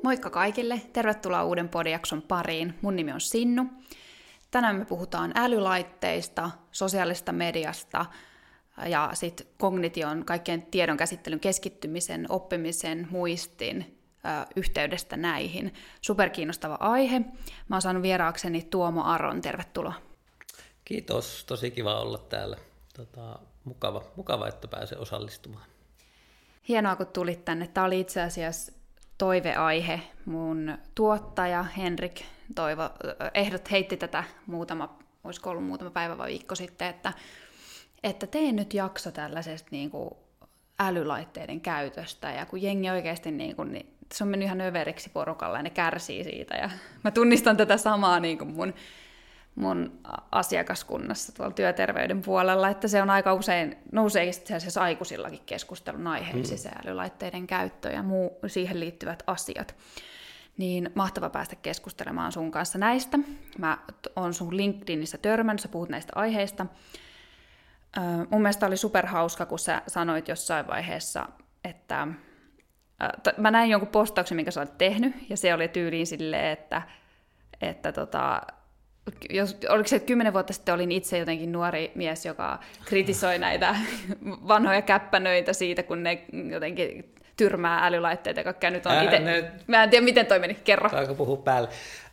Moikka kaikille, tervetuloa uuden podijakson pariin. Mun nimi on Sinnu. Tänään me puhutaan älylaitteista, sosiaalisesta mediasta ja sitten kognition, kaikkien tiedonkäsittelyn, keskittymisen, oppimisen, muistin yhteydestä näihin. Superkiinnostava aihe. Mä oon saanut vieraakseni Tuomo Aron, tervetuloa. Kiitos, tosi kiva olla täällä. Mukava, että pääsee osallistumaan. Hienoa, kun tulit tänne. Tämä oli itse asiassa toiveaihe. Mun tuottaja Henrik heitti tätä olisiko ollut muutama päivä vai viikko sitten, että tee nyt jakso tällaisesta niin kuin älylaitteiden käytöstä, ja kun jengi oikeasti niin se on mennyt ihan överiksi porukalla ja ne kärsii siitä, ja mä tunnistan tätä samaa niin kuin mun asiakaskunnassa tuolla työterveyden puolella, että se on aika usein, nousee itse asiassa aikuisillakin keskustelun aiheeksi se älylaitteiden käyttö ja muu siihen liittyvät asiat. Niin mahtava päästä keskustelemaan sun kanssa näistä. Mä oon sun LinkedInissä törmännyt, sä puhut näistä aiheista. Mun mielestä oli superhauska, kun sä sanoit jossain vaiheessa, että mä näin jonkun postauksen, minkä sä olet tehnyt, ja se oli tyyliin silleen, oliko se, että 10 vuotta sitten olin itse jotenkin nuori mies, joka kritisoi näitä vanhoja käppänöitä siitä, kun ne jotenkin tyrmää älylaitteita, jotka nyt on itse. Mä en tiedä, miten toi meni. Kerro. Saanko puhua päälle?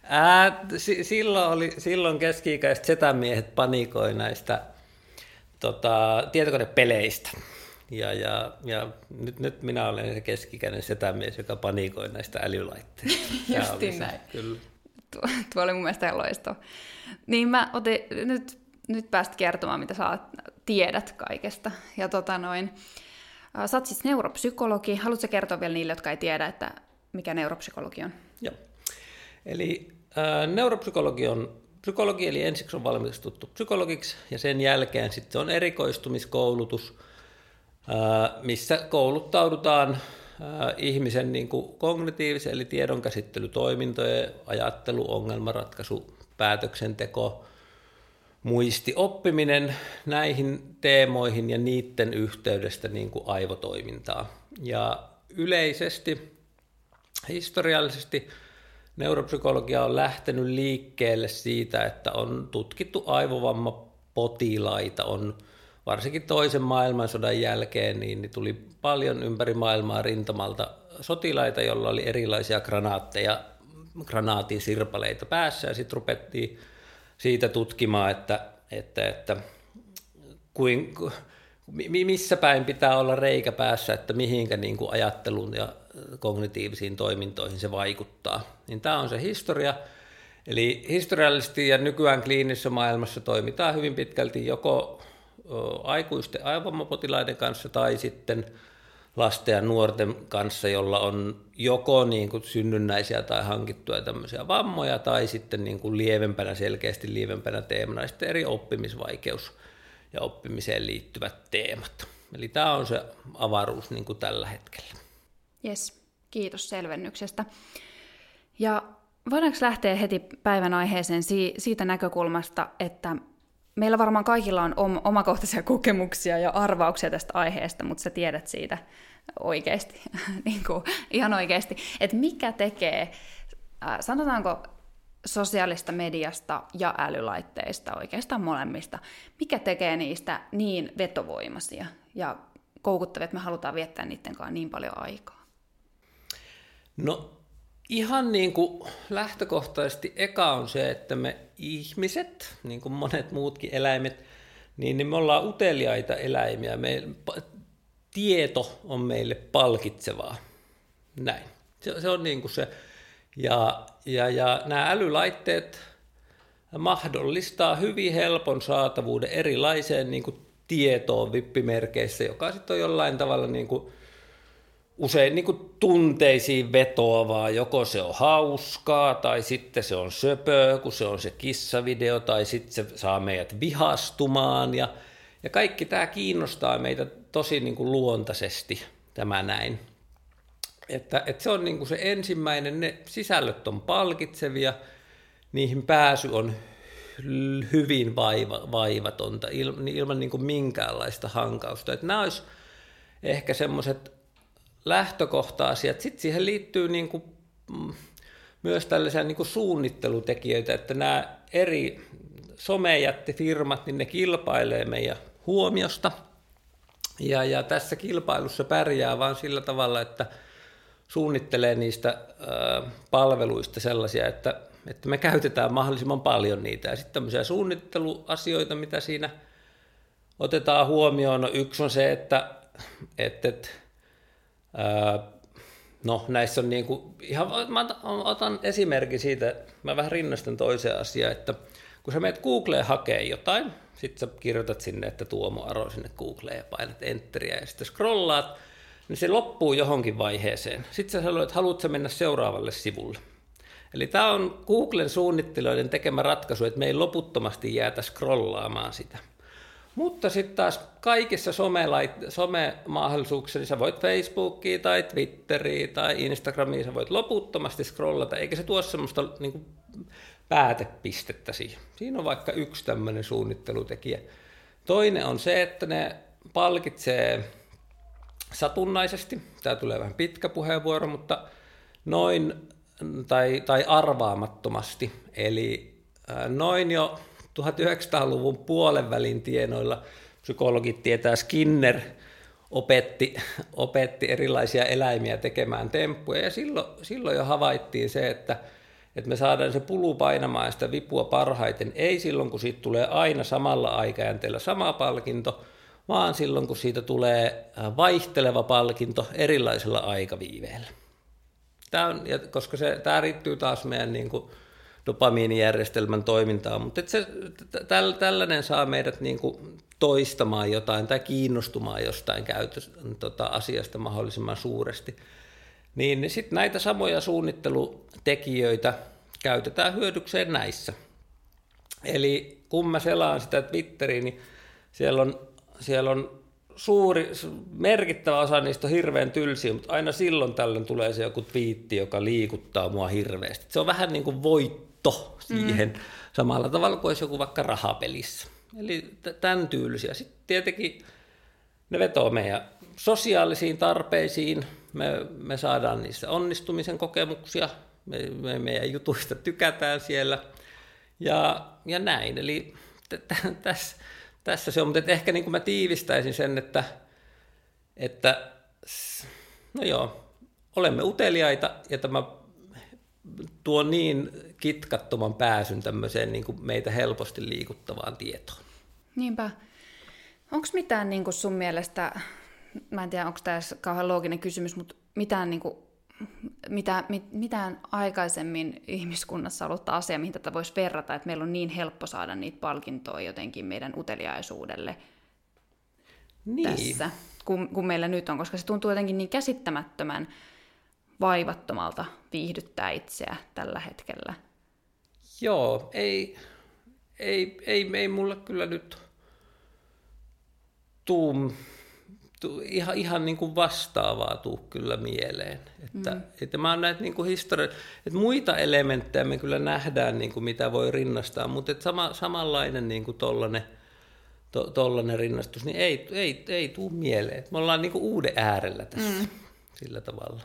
Silloin keski-ikäiset setämiehet panikoi näistä tietokonepeleistä. Ja nyt minä olen se keski-ikäinen setämies, joka panikoi näistä älylaitteista. Justiin näin. Kyllä. Tuo oli mun mielestä ihan loistava. Niin mä nyt päästä kertomaan, mitä sä tiedät kaikesta. Ja sä oot siis neuropsykologi. Haluatko kertoa vielä niille, jotka ei tiedä, että mikä neuropsykologi on? Joo. Eli neuropsykologi on psykologi, eli ensiksi on valmistuttu psykologiksi, ja sen jälkeen sitten on erikoistumiskoulutus, missä kouluttaudutaan ihmisen niin kuin kognitiivisen, eli tiedonkäsittelytoimintojen, ajattelu, ongelmanratkaisu, päätöksenteko, muisti, oppiminen näihin teemoihin ja niiden yhteydestä niin kuin aivotoimintaa. Ja yleisesti, historiallisesti neuropsykologia on lähtenyt liikkeelle siitä, että on tutkittu aivovammapotilaita, on varsinkin toisen maailmansodan jälkeen niin tuli paljon ympäri maailmaa rintamalta sotilaita, joilla oli erilaisia granaatteja, granaatin sirpaleita päässä, ja sitten rupettiin siitä tutkimaan, että missä päin pitää olla reikä päässä, että mihinkä niin kuin ajatteluun ja kognitiivisiin toimintoihin se vaikuttaa. Niin tämä on se historia. Eli historiallisesti ja nykyään kliinisessä maailmassa toimitaan hyvin pitkälti joko aikuisten aivovammapotilaiden kanssa tai sitten lasten ja nuorten kanssa, jolla on joko niin kuin synnynnäisiä tai hankittuja tämmöisiä vammoja tai sitten niin kuin selkeästi lievempänä teemana sitten eri oppimisvaikeus ja oppimiseen liittyvät teemat. Eli tämä on se avaruus niin kuin tällä hetkellä. Jes, kiitos selvennyksestä. Ja voidaanko lähteä heti päivän aiheeseen siitä näkökulmasta, että meillä varmaan kaikilla on omakohtaisia kokemuksia ja arvauksia tästä aiheesta, mutta sä tiedät siitä oikeasti, ihan oikeasti, että mikä tekee, sanotaanko sosiaalista mediasta ja älylaitteista, oikeastaan molemmista, mikä tekee niistä niin vetovoimaisia ja koukuttavia, että me halutaan viettää niiden kanssa niin paljon aikaa? No ihan niin kuin lähtökohtaisesti eka on se, että me ihmiset, niin kuin monet muutkin eläimet, niin me ollaan uteliaita eläimiä. Tieto on meille palkitsevaa. Näin. Se on niin kuin se. Ja nämä älylaitteet mahdollistaa hyvin helpon saatavuuden erilaiseen niin kuin tietoon vippimerkeissä, joka sitten on jollain tavalla niin kuin usein niin kuin tunteisiin vetoavaa, joko se on hauskaa tai sitten se on söpöä, kun se on se kissavideo, tai sitten se saa meidät vihastumaan, ja kaikki tämä kiinnostaa meitä tosi niin kuin luontaisesti, tämä näin. Että se on niin kuin se ensimmäinen, ne sisällöt on palkitsevia, niihin pääsy on hyvin vaivatonta, ilman niin kuin minkäänlaista hankausta. Että nämä olisi ehkä semmoiset lähtökohta-asiat. Sitten siihen liittyy niin kuin myös tällaisia niin kuin suunnittelutekijöitä, että nämä eri somejättifirmat, niin ne kilpailee meidän huomiosta. Ja tässä kilpailussa pärjää vaan sillä tavalla, että suunnittelee niistä palveluista sellaisia, että me käytetään mahdollisimman paljon niitä. Ja sitten tämmöisiä suunnitteluasioita, mitä siinä otetaan huomioon. No, yksi on se, että näissä on niinku, mä otan esimerkin siitä, mä vähän rinnastan toiseen asiaan, että kun sä menet Googleen hakee jotain, sitten sä kirjoitat sinne, että Tuomo Aro sinne Googleen ja painat enteriä ja sitten scrollaat, niin se loppuu johonkin vaiheeseen. Sitten sä sanoit, että haluatko mennä seuraavalle sivulle. Eli tämä on Googlen suunnittelijoiden tekemä ratkaisu, että me ei loputtomasti jäätä scrollaamaan sitä. Mutta sitten taas kaikissa somemahdollisuuksissa, niin sä voit Facebookia tai Twitteriä tai Instagramia, sä voit loputtomasti scrollata, eikä se tuo semmoista niin kuin päätepistettä siihen. Siinä on vaikka yksi tämmöinen suunnittelutekijä. Toinen on se, että ne palkitsee satunnaisesti, tämä tulee vähän pitkä puheenvuoro, mutta noin tai arvaamattomasti, eli noin jo 1900-luvun puolenvälin tienoilla psykologit tietää Skinner opetti erilaisia eläimiä tekemään temppuja, ja silloin jo havaittiin se, että me saadaan se pulu painamaan sitä vipua parhaiten, ei silloin, kun siitä tulee aina samalla aikajänteellä sama palkinto, vaan silloin, kun siitä tulee vaihteleva palkinto erilaisella aikaviiveellä. Koska tämä riittyy taas meidän niin kuin dopamiinijärjestelmän toimintaan, mutta tällainen saa meidät niin kuin toistamaan jotain tai kiinnostumaan jostain asiasta mahdollisimman suuresti. Niin sitten näitä samoja suunnittelutekijöitä käytetään hyödykseen näissä. Eli kun mä selaan sitä Twitteriä, niin siellä on merkittävä osa niistä on hirveän tylsiä, mutta aina silloin tällöin tulee se joku twiitti, joka liikuttaa mua hirveästi. Se on vähän niin kuin voitto siihen samalla tavalla kuin olisi joku vaikka rahapelissä. Eli tämän tyylisiä. Sitten tietenkin ne vetoo meidän sosiaalisiin tarpeisiin. Me saadaan niissä onnistumisen kokemuksia. Meidän jutuista tykätään siellä. Ja näin. Eli tässä se on, mutta ehkä niin kuin mä tiivistäisin sen, että no joo, olemme uteliaita ja tämä tuo niin kitkattoman pääsyn tämmöiseen niin kuin meitä helposti liikuttavaan tietoon. Niinpä. Onko mitään niin kuin sun mielestä, mä en tiedä onko tämä kauhean looginen kysymys, mutta mitään aikaisemmin ihmiskunnassa ollut asia, mihin tätä voisi verrata, että meillä on niin helppo saada niitä palkintoja jotenkin meidän uteliaisuudelle tässä, kun meillä nyt on, koska se tuntuu jotenkin niin käsittämättömän vaivattomalta viihdyttää itseä tällä hetkellä. Joo, ei mulle kyllä nyt ihan niin kuin vastaavaa tuu kyllä mieleen. Että mä oon näitä niin kuin että muita elementtejä me kyllä nähdään, niin kuin mitä voi rinnastaa, mutta että samanlainen niin kuin tollainen rinnastus, niin ei tuu mieleen. Me ollaan niin kuin uuden äärellä tässä sillä tavalla.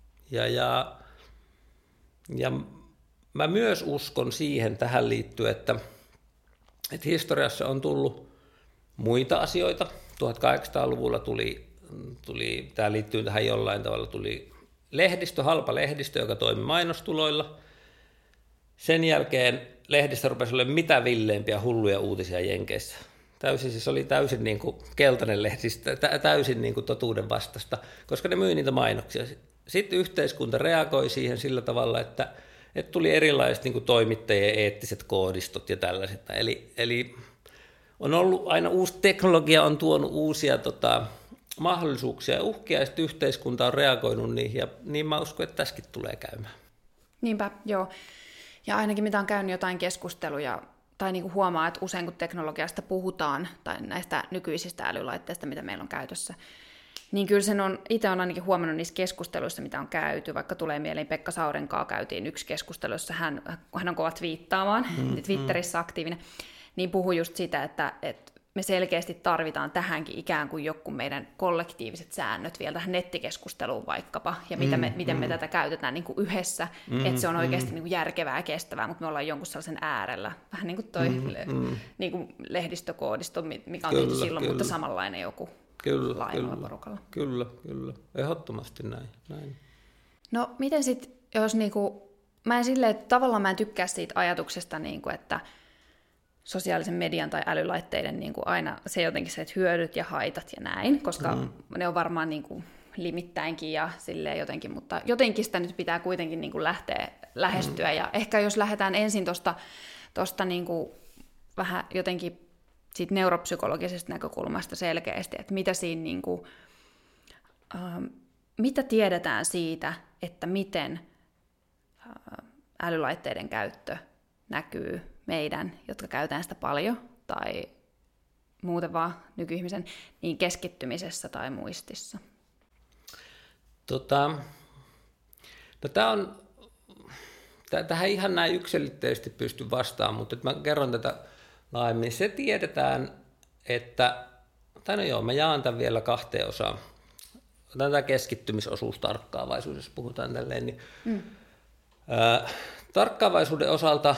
Ja mä myös uskon siihen tähän liittyen, että historiassa on tullut muita asioita. 1800-luvulla tuli, tämä liittyy tähän jollain tavalla, tuli halpa lehdistö, joka toimi mainostuloilla. Sen jälkeen lehdistä rupesi olemaan mitä villeimpiä hulluja uutisia Jenkeissä. Oli täysin niin kuin keltainen lehdistö, täysin niin kuin totuuden vastasta, koska ne myi niitä mainoksia. Sitten yhteiskunta reagoi siihen sillä tavalla, että tuli erilaiset niin kuin toimittajien eettiset koodistot ja tällaiset. Eli on ollut aina uusi teknologia, on tuonut uusia mahdollisuuksia ja uhkia, ja sitten yhteiskunta on reagoinut niihin, ja niin mä uskon, että tässäkin tulee käymään. Niinpä, joo. Ja ainakin mitä on käynyt jotain keskusteluja, tai niin kuin huomaa, että usein kun teknologiasta puhutaan, tai näistä nykyisistä älylaitteista, mitä meillä on käytössä, niin kyllä itse on ainakin huomannut niissä keskusteluissa, mitä on käyty, vaikka tulee mieleen Pekka Saurenkaa käytiin yksi keskustelu, jossa hän on kova twiittaamaan, Twitterissä aktiivinen, niin puhui just sitä, että me selkeästi tarvitaan tähänkin ikään kuin joku meidän kollektiiviset säännöt vielä tähän nettikeskusteluun vaikkapa, ja miten me tätä käytetään niin kuin yhdessä, että se on oikeasti niin kuin järkevää ja kestävää, mutta me ollaan jonkun sellaisen äärellä. Vähän niin kuin toi niin kuin lehdistökoodisto, mikä on tehty silloin, mutta samanlainen joku laajemmalla porukalla. Kyllä, ehdottomasti näin. No miten sitten, jos niinku, tavallaan mä en tykkää siitä ajatuksesta, niinku, että sosiaalisen median tai älylaitteiden niinku aina se jotenkin se, että hyödyt ja haitat ja näin, koska ne on varmaan niinku limittäinkin ja silleen jotenkin, mutta jotenkin sitä nyt pitää kuitenkin niinku lähestyä. Ja ehkä jos lähdetään ensin tuosta niinku vähän jotenkin siitä neuropsykologisesta näkökulmasta selkeästi, että mitä siinä niinku, mitä tiedetään siitä, että miten älylaitteiden käyttö näkyy meidän, jotka käytetään sitä paljon, tai muuten vaan nykyihmisen, niin keskittymisessä tai muistissa? No tähän ihan näin yksilitteisesti pysty vastaamaan, mutta mä kerron tätä laajemmin. Se tiedetään, että, mä jaan tämän vielä 2 osaan. Otetaan tämä keskittymisosuus, tarkkaavaisuus, jos puhutaan tälleen. Niin, tarkkaavaisuuden osalta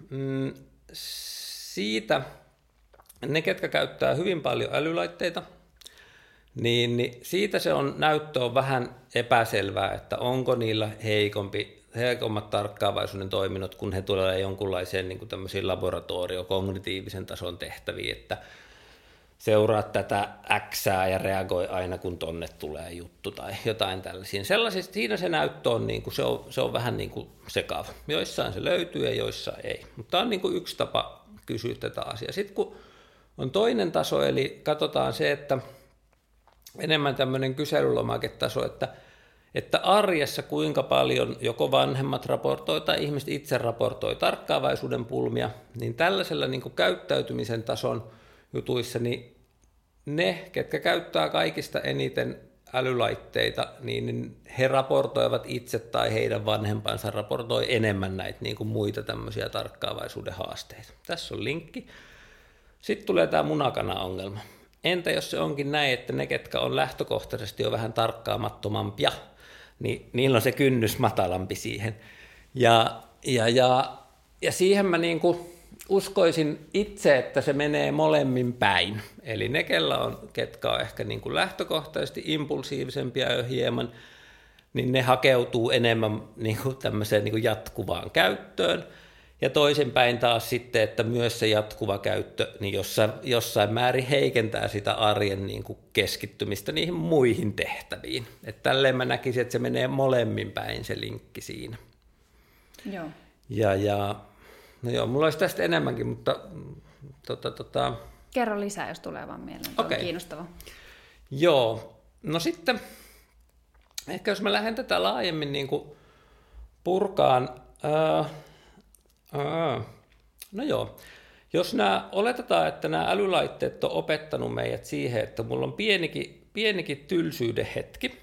siitä ne, ketkä käyttää hyvin paljon älylaitteita, niin siitä näyttö on vähän epäselvää, että onko niillä heikommat tarkkaavaisuuden toiminnot, kun he tulevat jonkunlaiseen niin kuin tämmöisiin kognitiivisen tason tehtäviin, että seuraa tätä Xää ja reagoi aina, kun tonne tulee juttu tai jotain tällaisia. Sellaisista, siinä se näyttö on, niin kuin, se on vähän niin kuin sekava. Joissain se löytyy ja joissain ei. Mutta tämä on niin kuin yksi tapa kysyä tätä asiaa. Sitten kun on toinen taso, eli katsotaan se, että enemmän tämmöinen kyselylomaketaso, että arjessa kuinka paljon joko vanhemmat raportoi tai ihmiset itse raportoi tarkkaavaisuuden pulmia, niin tällaisella niin kuin käyttäytymisen tason jutuissa, niin ne, ketkä käyttää kaikista eniten älylaitteita, niin he raportoivat itse tai heidän vanhempansa raportoi enemmän näitä niin kuin muita tämmöisiä tarkkaavaisuuden haasteita. Tässä on linkki. Sitten tulee tämä munakana-ongelma. Entä jos se onkin näin, että ne, ketkä on lähtökohtaisesti jo vähän tarkkaamattomampia, niin niillä on se kynnys matalampi siihen. Ja siihen mä niin kuin uskoisin itse, että se menee molemmin päin. Eli ne, ketkä on ehkä niin kuin lähtökohtaisesti impulsiivisempia jo hieman, niin ne hakeutuu enemmän niin kuin tämmöiseen niin kuin jatkuvaan käyttöön. Ja toisinpäin taas sitten, että myös se jatkuva käyttö niin jossain määrin heikentää sitä arjen niin kuin keskittymistä niihin muihin tehtäviin. Että tälleen mä näkisin, että se menee molemmin päin se linkki siinä. Joo. No joo, mulla olisi tästä enemmänkin, mutta Kerro lisää, jos tulee vaan mieleen. Okay. On kiinnostavaa. Joo, no sitten ehkä jos mä lähden tätä laajemmin niin kuin purkaan, no joo, jos oletetaan, että nämä älylaitteet on opettanut meidät siihen, että mulla on pienikin tylsyyden hetki,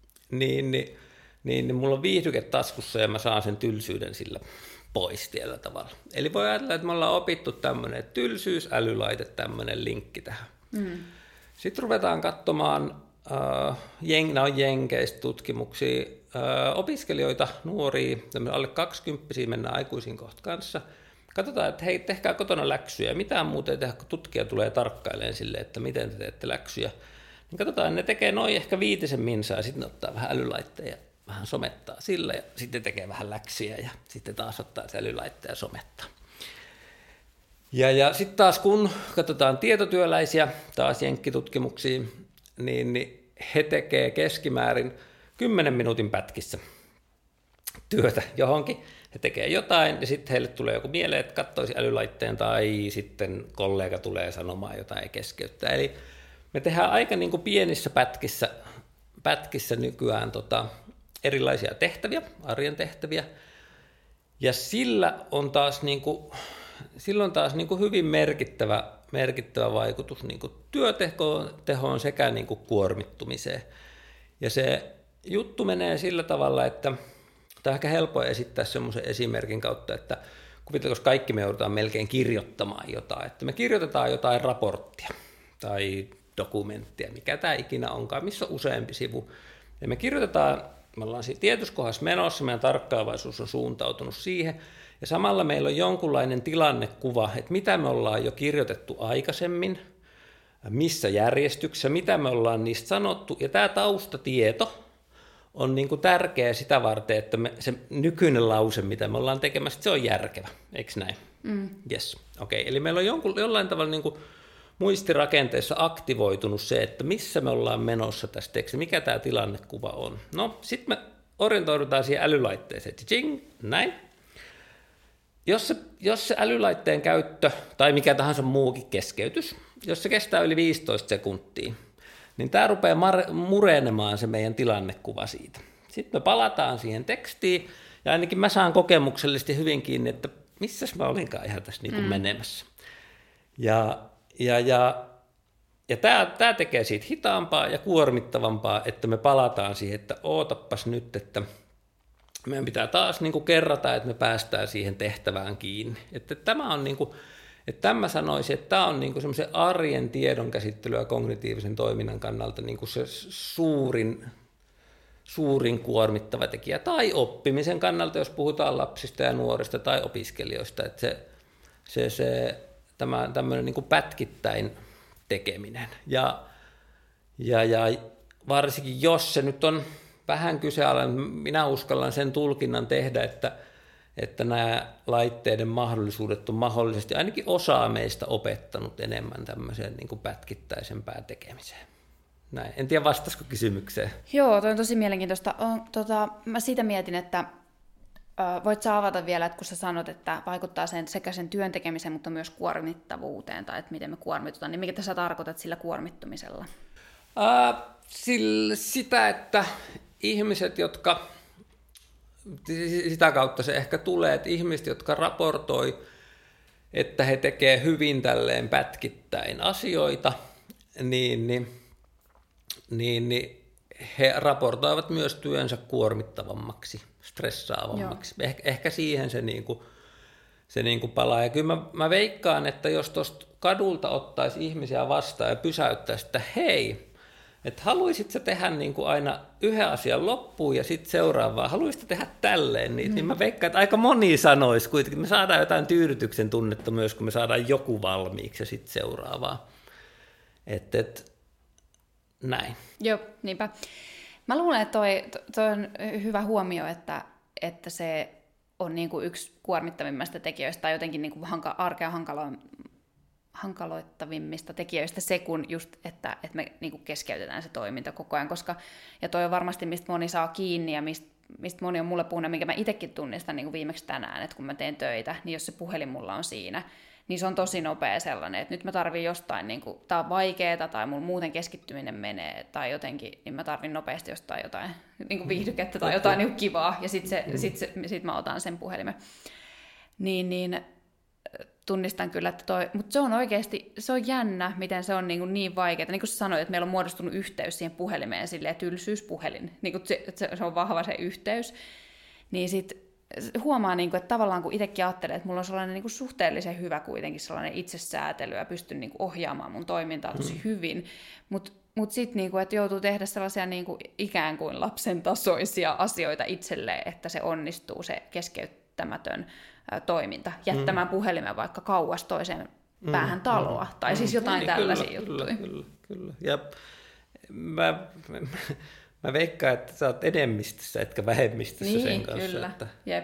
niin mulla on viihdyke taskussa ja mä saan sen tylsyyden sillä pois tietyllä tavalla. Eli voi ajatella, että me ollaan opittu tämmöinen tylsyys, älylaite, tämmöinen linkki tähän. Sitten ruvetaan katsomaan, nämä on jenkeistä tutkimuksia, opiskelijoita, nuoria, alle 20, mennään aikuisiin kohta kanssa. Katsotaan, että hei, tehkää kotona läksyjä. Mitään muuta ei tehdä, kun tutkija tulee tarkkailemaan sille, että miten te teette läksyjä. Niin katsotaan, ne tekee noin ehkä 5 minsaa, ja sitten ne ottaa vähän älylaitteen ja vähän somettaa sillä, ja sitten tekee vähän läksiä, ja sitten taas ottaa se älylaitteen ja somettaa. Ja sitten taas kun katsotaan tietotyöläisiä, taas jenkkitutkimuksia, niin he tekee keskimäärin 10 minuutin pätkissä työtä johonkin. He tekee jotain, ja sitten heille tulee joku mieleen, että katsoisi älylaitteen, tai sitten kollega tulee sanomaan jotain ja keskeyttää. Eli me tehdään aika niin kuin pienissä pätkissä nykyään erilaisia tehtäviä, arjen tehtäviä, ja sillä on taas hyvin merkittävä vaikutus niin kuin työtehoon sekä niin kuin kuormittumiseen. Ja se juttu menee sillä tavalla, että tämä on ehkä helppo esittää semmoisen esimerkin kautta, että kuvitellaan, kaikki me joudutaan melkein kirjoittamaan jotain, että me kirjoitetaan jotain raporttia tai dokumenttia, mikä tämä ikinä onkaan, missä on useampi sivu. Ja me kirjoitetaan, me ollaan siinä tietyssä kohdassa menossa, meidän tarkkaavaisuus on suuntautunut siihen, ja samalla meillä on jonkunlainen tilannekuva, että mitä me ollaan jo kirjoitettu aikaisemmin, missä järjestyksessä, mitä me ollaan niistä sanottu, ja tämä taustatieto on niin kuin tärkeä sitä varten, että se nykyinen lause, mitä me ollaan tekemässä, se on järkevä, eikö näin? Yes. Okei. Eli meillä on jollain tavalla niin kuin muistirakenteessa aktivoitunut se, että missä me ollaan menossa tässä tekstissä, mikä tämä tilannekuva on. No, sitten me orientoidutaan siihen älylaitteeseen, näin. Jos se älylaitteen käyttö tai mikä tahansa muukin keskeytys, jos se kestää yli 15 sekuntia, niin tämä rupeaa murenemaan se meidän tilannekuva siitä. Sitten me palataan siihen tekstiin, ja ainakin mä saan kokemuksellisesti hyvin kiinni, että missäs mä olinkaan ihan tässä niin kuin menemässä. Ja tämä tekee siitä hitaampaa ja kuormittavampaa, että me palataan siihen, että ootappas nyt, että meidän pitää taas niin kuin kerrata, että me päästään siihen tehtävään kiinni. Että tämä on niin kuin, että tämä sanoisin, että tämä on niin kuin semmoisen arjen tiedonkäsittely ja kognitiivisen toiminnan kannalta niin kuin se suurin kuormittava tekijä. Tai oppimisen kannalta, jos puhutaan lapsista ja nuorista tai opiskelijoista. Että tämä tämmöinen niin kuin pätkittäin tekeminen. Ja varsinkin jos se nyt on vähän kyseenalainen, minä uskallan sen tulkinnan tehdä, että nämä laitteiden mahdollisuudet on mahdollisesti ainakin osaa meistä opettanut enemmän tämmöiseen niin kuin pätkittäisempään tekemiseen. Näin. En tiedä, vastasiko kysymykseen. Joo, toi on tosi mielenkiintoista. Mä siitä mietin, että voit sä avata vielä, että kun sä sanot, että vaikuttaa sekä sen työn tekemiseen, mutta myös kuormittavuuteen, tai että miten me kuormitutaan, niin mikä sä tarkoitat sillä kuormittumisella? Sitä, että ihmiset, jotka, sitä kautta se ehkä tulee, että ihmiset, jotka raportoi, että he tekee hyvin tälleen pätkittäin asioita, niin he raportoivat myös työnsä kuormittavammaksi, stressaavammaksi. Ehkä siihen se palaa. Ja kyllä mä veikkaan, että jos tuosta kadulta ottaisi ihmisiä vastaan ja pysäyttäisi, että hei, että haluaisit sä tehdä niin kuin aina yhden asian loppuun ja sitten seuraavaa, haluaisit tehdä tälleen, niin mä veikkaan, että aika moni sanoisi kuitenkin. Me saadaan jotain tyydytyksen tunnetta myös, kun me saadaan joku valmiiksi ja sitten seuraavaa. Näin. Joo, niinpä. Mä luulen, että toi on hyvä huomio, että se on niin kuin yksi kuormittavimmista tekijöistä tai jotenkin niin kuin arkea hankaloittavimmista tekijöistä se, kun just, että me niin kuin keskeytetään se toiminta koko ajan, ja toi on varmasti, mistä moni saa kiinni ja mistä moni on mulle puhunut, minkä mä itsekin tunnistan niin kuin viimeksi tänään, että kun mä teen töitä, niin jos se puhelin mulla on siinä, niin se on tosi nopea sellainen, että nyt mä tarvin jostain, niin kuin, tää on vaikeeta tai mulla muuten keskittyminen menee tai jotenkin, niin mä tarvin nopeasti jostain jotain niin kuin viihdykettä tai jotain niin kuin kivaa ja sit mä otan sen puhelimen. Niin tunnistan kyllä, että mutta se on oikeasti, se on jännä, miten se on niin vaikeaa. Niin kuin sä sanoit, että meillä on muodostunut yhteys siihen puhelimeen silleen, tylsyyspuhelin, niin kuin se on vahva se yhteys, niin sitten huomaa, niin kuin, että tavallaan kun itsekin ajattelee, että mulla on sellainen niin kuin suhteellisen hyvä kuitenkin sellainen itsesäätely ja pystyn niin kuin ohjaamaan mun toimintaa tosi hyvin, mutta sitten, niin kuin, että joutuu tehdä sellaisia niin kuin ikään kuin lapsen tasoisia asioita itselleen, että se onnistuu se keskeyttämätön toiminta, jättämään puhelimen vaikka kauas toiseen päähän taloa, tai siis jotain tällaisia juttuja. Kyllä. Ja mä veikkaan, että sä oot enemmistössä, etkä vähemmistössä sen kanssa. Kyllä, jep.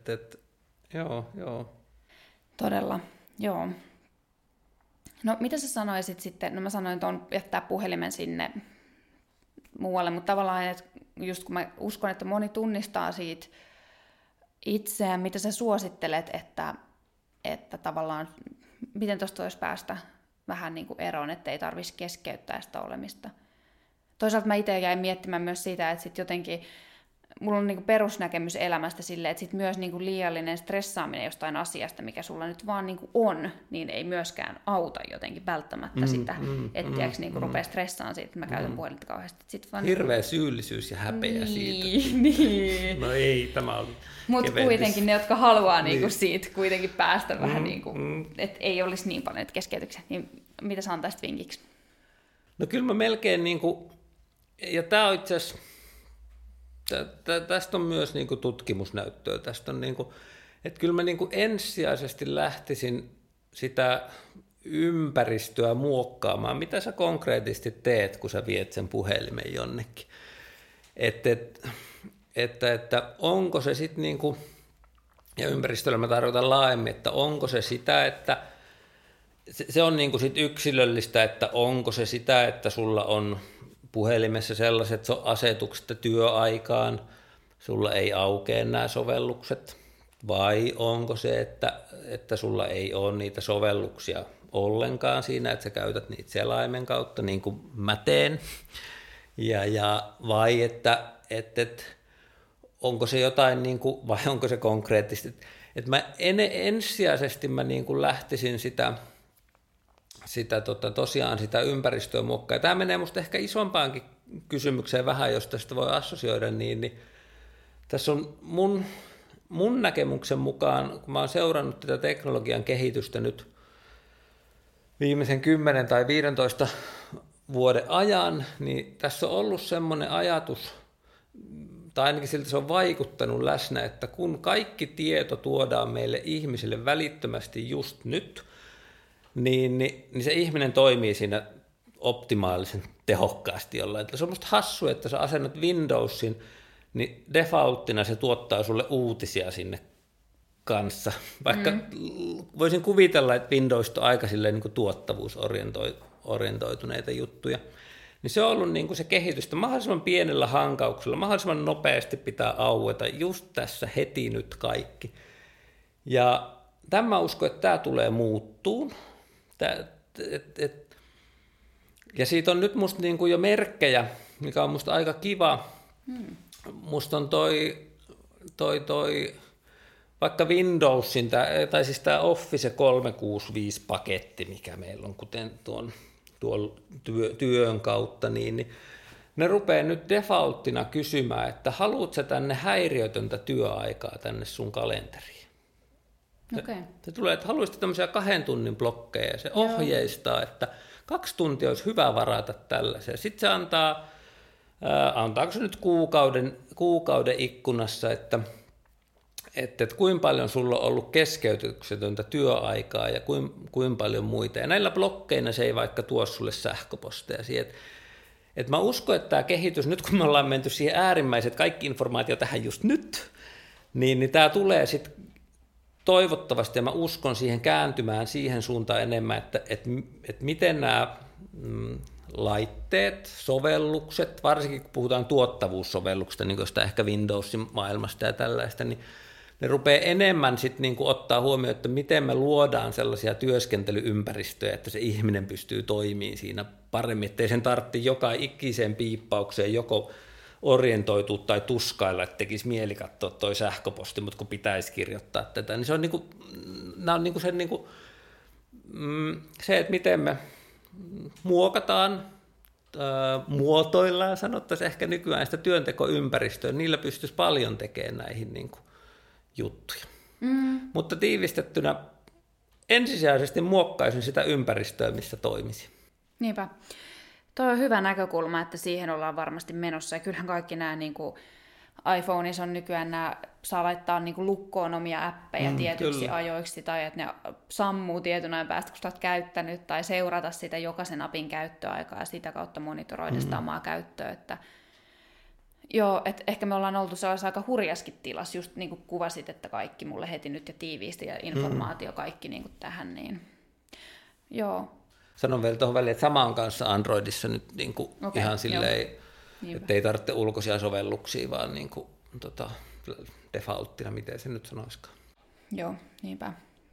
Joo. Todella, joo. No, mitä sä sanoisit sitten? No, mä sanoin, että on jättää puhelimen sinne muualle, mutta tavallaan, että just kun mä uskon, että moni tunnistaa siitä itseään, mitä sä suosittelet, että tavallaan, miten tuosta voisi päästä vähän niin kuin eroon, ettei tarvitsisi keskeyttää sitä olemista. Toisaalta mä itse jäin miettimään myös siitä, että sitten jotenkin mulla on niinku perusnäkemys elämästä silleen, että sit myös niinku liiallinen stressaaminen jostain asiasta, mikä sulla nyt vaan niinku on, niin ei myöskään auta jotenkin välttämättä sitä, että niinku rupeaa stressaamaan siitä, että mä käytän puhelinta kauheasti. Sit vaan hirveä syyllisyys ja häpeä siitä. Niin. No ei, tämä on mutta kuitenkin ne, jotka haluaa niinku siitä kuitenkin päästä vähän, niinku, että ei olisi niin paljon keskeytyksiä, niin mitä sä antaisit vinkiksi? No kyllä mä melkein, niinku, ja tämä on itse asiassa, tästä on myös niinku tutkimusnäyttöä, tästä on niinku, että kyllä mä niinku ensisijaisesti lähtisin sitä ympäristöä muokkaamaan, mitä sä konkreettisesti teet, kun sä viet sen puhelimen jonnekin. Että onko se sitten niinku, ja ympäristöllä mä tarkoitan laajemmin, että onko se sitä, että se on niinku sit yksilöllistä, että onko se sitä, että sulla on puhelimessa sellaiset asetukset työaikaan, sulla ei aukea nämä sovellukset, vai onko se, että sulla ei ole niitä sovelluksia ollenkaan siinä, että sä käytät niitä selaimen kautta, niin kuin mä teen, vai että onko se jotain, niin kuin, vai onko se konkreettisesti, että mä ensisijaisesti mä niin kuin lähtisin tosiaan sitä ympäristöä muokkaa. Tämä menee musta ehkä isompaankin kysymykseen vähän, jos tästä voi assosioida, niin tässä on mun näkemyksen mukaan, kun mä oon seurannut tätä teknologian kehitystä nyt viimeisen 10 tai 15 vuoden ajan, niin tässä on ollut semmoinen ajatus, tai ainakin siltä se on vaikuttanut läsnä, että kun kaikki tieto tuodaan meille ihmisille välittömästi just nyt, niin se ihminen toimii siinä optimaalisen tehokkaasti jollain. Se on musta hassu, että sä asennat Windowsin, niin defaulttina se tuottaa sulle uutisia sinne kanssa. Vaikka voisin kuvitella, että Windows on aika silleen niin kuin tuottavuusorientoituneita juttuja. Niin se on ollut niin kuin se kehitystä mahdollisimman pienellä hankauksella, mahdollisimman nopeasti pitää aueta just tässä heti nyt kaikki. Ja tämä uskon, että tämä tulee muuttuun. Ja siitä on nyt musta niin kuin jo merkkejä, mikä on musta aika kiva. Musta on toi vaikka Windowsin, tai siis tämä Office 365-paketti, mikä meillä on, kuten tuon työn kautta, niin ne rupeaa nyt defaulttina kysymään, että haluatko sä tänne häiriötöntä työaikaa tänne sun kalenteriin? Okay. Se tulee, että haluaisit tämmöisiä 2 tunnin blokkeja, ja se ohjeistaa, että 2 tuntia olisi hyvä varata tällaisia. Sitten se antaako se nyt kuukauden ikkunassa, että kuinka paljon sulla on ollut keskeytyksetöntä työaikaa ja kuinka paljon muita. Ja näillä blokkeina se ei vaikka tuo sulle sähköposteja siihen. Et mä uskon, että tämä kehitys, nyt kun me ollaan menty siihen äärimmäiset kaikki informaatio tähän just nyt, niin tämä tulee sitten toivottavasti, ja mä uskon siihen kääntymään siihen suuntaan enemmän, että miten nämä laitteet, sovellukset, varsinkin kun puhutaan tuottavuussovelluksista, niin kuin sitä ehkä Windowsin maailmasta ja tällaista, niin ne rupeaa enemmän sitten niin kuin ottaa huomioon, että miten me luodaan sellaisia työskentelyympäristöjä, että se ihminen pystyy toimimaan siinä paremmin, ettei sen tarvitse joka ikiseen piippaukseen joko orientoitua tai tuskailla, että tekisi mieli katsoa toi sähköposti, mutta kun pitäisi kirjoittaa tätä, niin se on niin kuin, nämä on niin kuin sen niin kuin, se, että miten me muokataan, muotoillaan, sanottaisiin ehkä nykyään sitä työntekoympäristöä, niillä pystyisi paljon tekemään näihin niin kuin juttuja. Mutta tiivistettynä ensisijaisesti muokkaisin sitä ympäristöä, missä toimisi. Niinpä. Tuo on hyvä näkökulma, että siihen ollaan varmasti menossa. Ja kyllähän kaikki nämä niin kuin iPhoneissa on nykyään saa laittaa niin kuin lukkoon omia appeja tietyksi kyllä ajoiksi, tai että ne sammuu tietyn ajan päästä, kun sitä olet käyttänyt, tai seurata sitä jokaisen appin käyttöaikaa ja sitä kautta monitoroida sitä omaa käyttöä. Että joo, että ehkä me ollaan oltu sellaisessa aika hurjaskin tilassa, just niin kuin kuvasit, että kaikki mulle heti nyt ja tiiviisti ja informaatio kaikki niin kuin tähän, niin joo. Sanon vielä tuohon väliin, että sama on kanssa Androidissa nyt niin kuin ihan silleen, että ei tarvitse ulkoisia sovelluksia, vaan niin kuin, defaulttina, miten se nyt sanoisikaan. Joo, niinpä.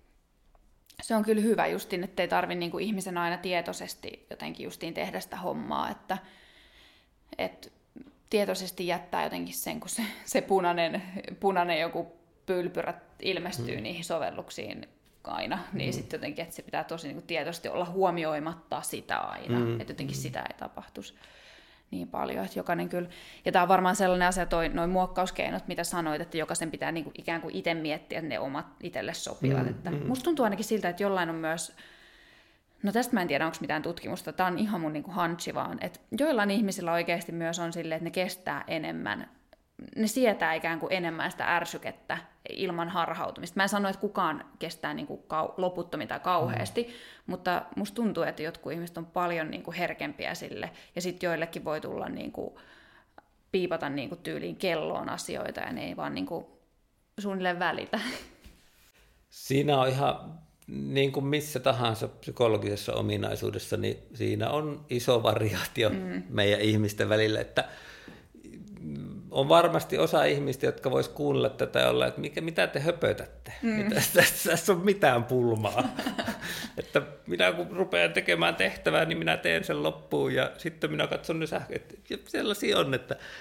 Se on kyllä hyvä justiin, että ei tarvitse niin kuin ihmisen aina tietoisesti jotenkin justiin tehdä sitä hommaa, että tietoisesti jättää jotenkin sen, kun se punainen joku pylpyrä ilmestyy niihin sovelluksiin aina, niin sitten jotenkin, että se pitää tosi niin kuin tietoisesti olla huomioimatta sitä aina, että jotenkin sitä ei tapahtuisi niin paljon, että jokainen kyllä, ja tämä on varmaan sellainen asia, noin muokkauskeinot, mitä sanoit, että jokaisen pitää niin kuin ikään kuin itse miettiä, että ne omat itselle sopivat, että musta tuntuu ainakin siltä, että jollain on myös, no tästä mä en tiedä, onko mitään tutkimusta, tämä on ihan mun niin kuin hunchi vaan, että joillain ihmisillä oikeasti myös on silleen, että ne kestää enemmän, ne sietää ikään kuin enemmän sitä ärsykettä ilman harhautumista. Mä en sano, että kukaan kestää niin kuin loputtomin tai kauheasti, mutta musta tuntuu, että jotkut ihmiset on paljon niin kuin herkempiä sille, ja sitten joillekin voi tulla niin kuin, piipata niin kuin tyyliin kelloon asioita, ja ne ei vaan niin kuin suunnilleen välitä. Siinä on ihan niin kuin missä tahansa psykologisessa ominaisuudessa, niin siinä on iso variaatio meidän ihmisten välillä, että on varmasti osa ihmistä, jotka vois kuunnella tätä ja olla, että mitä te höpötätte, tässä on mitään pulmaa. Että minä kun rupean tekemään tehtävää, niin minä teen sen loppuun ja sitten minä katson ne sähköt. Ja sellaisia on,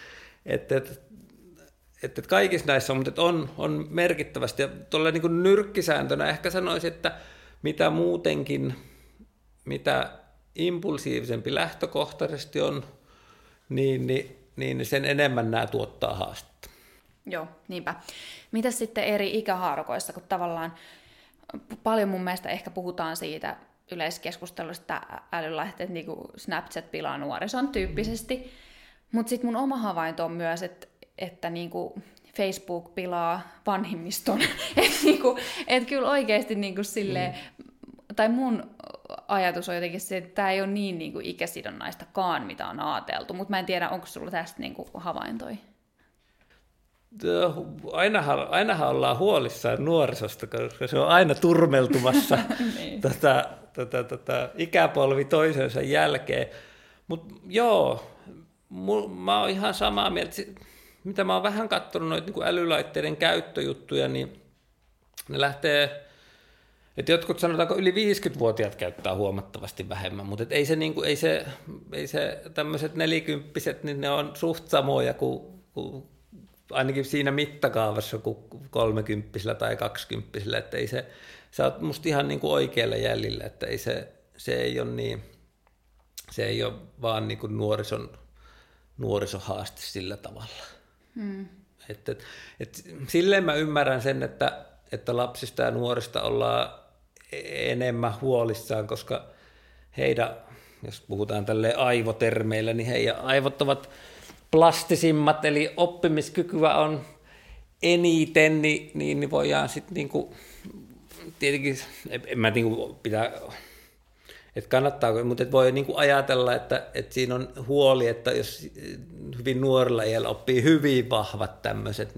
että kaikissa näissä on, mutta on merkittävästi. Ja tuolla niin kuin nyrkkisääntönä ehkä sanoisin, että mitä muutenkin, mitä impulsiivisempi lähtökohtaisesti on, niin sen enemmän nämä tuottaa haastetta. Joo, niinpä. Mitäs sitten eri ikähaarukoissa, kun tavallaan paljon mun mielestä ehkä puhutaan siitä yleiskeskustelusta, että älylaitteet niin kuin Snapchat pilaa nuorison tyyppisesti, mutta sitten mun oma havainto on myös, että niin kuin Facebook pilaa vanhimmiston. Että kyllä oikeasti niin kuin silleen, tai mun ajatus on jotenkin se, että tämä ei ole niin kuin ikäsidonnaistakaan, mitä on ajateltu, mutta mä en tiedä, onko sulla tästä niin kuin havaintoja? Ainahan ollaan huolissaan nuorisosta, koska se on aina turmeltumassa niin. Ikäpolvi toisensa jälkeen. Mutta joo, mä oon ihan samaa mieltä. Mitä mä oon vähän katsonut noita niin kuin älylaitteiden käyttöjuttuja, niin ne lähtee, että jotkut sanotaanko yli 50-vuotiaat käyttää huomattavasti vähemmän, mutta ei se tämmöiset nelikymppiset, niin ne on suht samoja kuin ainakin siinä mittakaavassa kuin 30 tai 20, että ei se, sä oot musta ihan niin kuin oikealla jäljellä, että ei se ei ole niin, se ei ole vaan niin kuin nuorisohaaste sillä tavalla. Silleen mä ymmärrän sen, että lapsista ja nuorista ollaan enemmän huolissaan, koska heidän, jos puhutaan tälleen aivotermeillä, niin heidän aivot ovat plastisimmat, eli oppimiskykyä on eniten, niin voidaan sitten niinku, tietenkin, en mä niinku pitää, että kannattaa, mutta et voi niinku ajatella, että siinä on huoli, että jos hyvin nuorella iällä oppii hyvin vahvat tämmöiset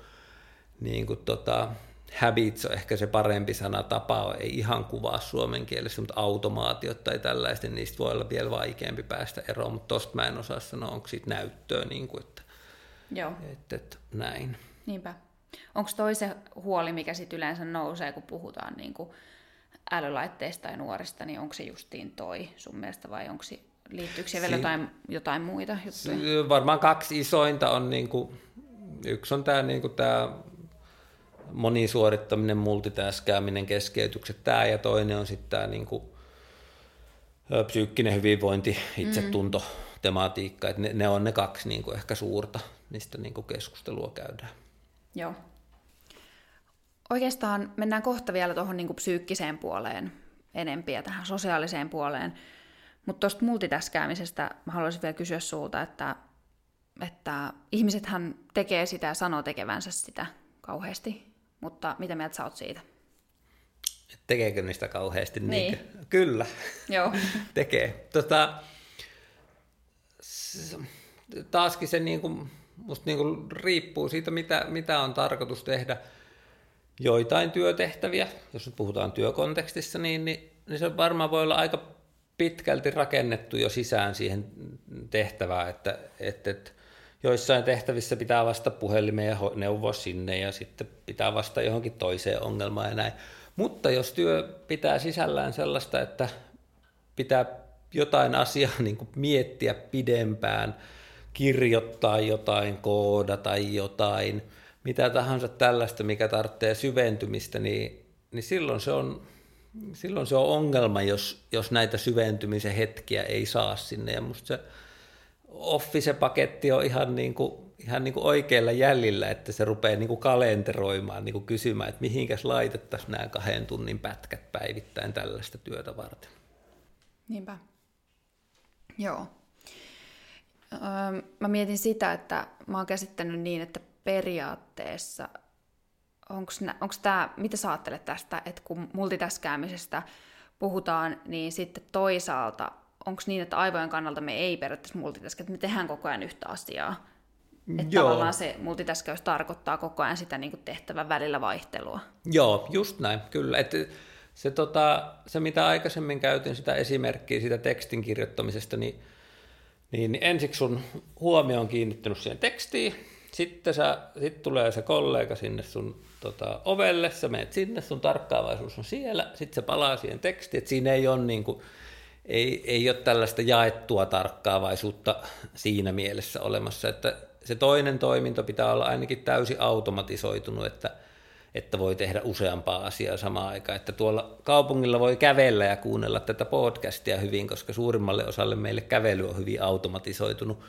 habits on ehkä se parempi sana, tapa ei ihan kuvaa suomen kielessä, mutta automaatiot tai tällaista, niin niistä voi olla vielä vaikeampi päästä eroon, mutta tosta mä en osaa sanoa, onko siitä näyttöä, että joo. Että näin. Niinpä. Onko toi se huoli, mikä sitten yleensä nousee, kun puhutaan niinku älylaitteista ja nuorista, niin onko se justiin toi sun mielestä vai liittyykö se vielä jotain muita juttuja? Varmaan kaksi isointa on, yksi on tämä monisuorittaminen, multitaskääminen, keskeytykset, tämä ja toinen on sitten tämä psyykkinen hyvinvointi, itsetunto, tematiikka, että ne on ne kaksi ehkä suurta, mistä keskustelua käydään. Joo. Oikeastaan mennään kohta vielä tuohon psyykkiseen puoleen enempiä ja tähän sosiaaliseen puoleen, mutta tuosta multitaskäämisestä mä haluaisin vielä kysyä sulta, että ihmisethän tekee sitä ja sanoo tekevänsä sitä kauheasti, mutta mitä mieltä sä oot siitä? Tekeekö niistä kauheasti? Niin. Kyllä. Joo. Tekee. Taaskin se musta riippuu siitä, mitä on tarkoitus tehdä. Joitain työtehtäviä, jos nyt puhutaan työkontekstissa, niin se varmaan voi olla aika pitkälti rakennettu jo sisään siihen tehtävään, että joissain tehtävissä pitää vastata puhelimeen ja neuvoa sinne ja sitten pitää vastata johonkin toiseen ongelmaan ja näin. Mutta jos työ pitää sisällään sellaista, että pitää jotain asiaa miettiä pidempään kirjoittaa jotain, koodata jotain, mitä tahansa tällaista, mikä tarvitsee syventymistä, niin silloin se on ongelma, jos näitä syventymisen hetkiä ei saa sinne. Ja musta se Office-paketti on ihan niin kuin oikealla jäljellä, että se rupeaa niin kuin kalenteroimaan, niin kuin kysymään, että mihinkäs laitettaisiin nämä 2 tunnin pätkät päivittäin tällaista työtä varten. Niinpä. Joo. Mä mietin sitä, että mä oon käsittänyt niin, että periaatteessa, onko tämä, mitä sä ajattelet tästä, että kun multitaskäämisestä puhutaan, niin sitten toisaalta, onko niin, että aivojen kannalta me ei periaatteessa multitaskata, että me tehdään koko ajan yhtä asiaa? Että tavallaan se multitaskäys tarkoittaa koko ajan sitä niin kuin tehtävän välillä vaihtelua. Joo, just näin, kyllä. Että se, mitä aikaisemmin käytin sitä esimerkkiä siitä tekstin kirjoittamisesta, niin ensiksi sun huomio on kiinnittynyt siihen tekstiin, sitten tulee se kollega sinne sun ovelle, sä menet sinne, sun tarkkaavaisuus on siellä, sitten se palaa siihen tekstiin, että siinä ei ole, niin kuin, ei ole tällaista jaettua tarkkaavaisuutta siinä mielessä olemassa, että se toinen toiminto pitää olla ainakin täysin automatisoitunut, että voi tehdä useampaa asiaa samaan aikaan, että tuolla kaupungilla voi kävellä ja kuunnella tätä podcastia hyvin, koska suurimmalle osalle meille kävely on hyvin automatisoitunut.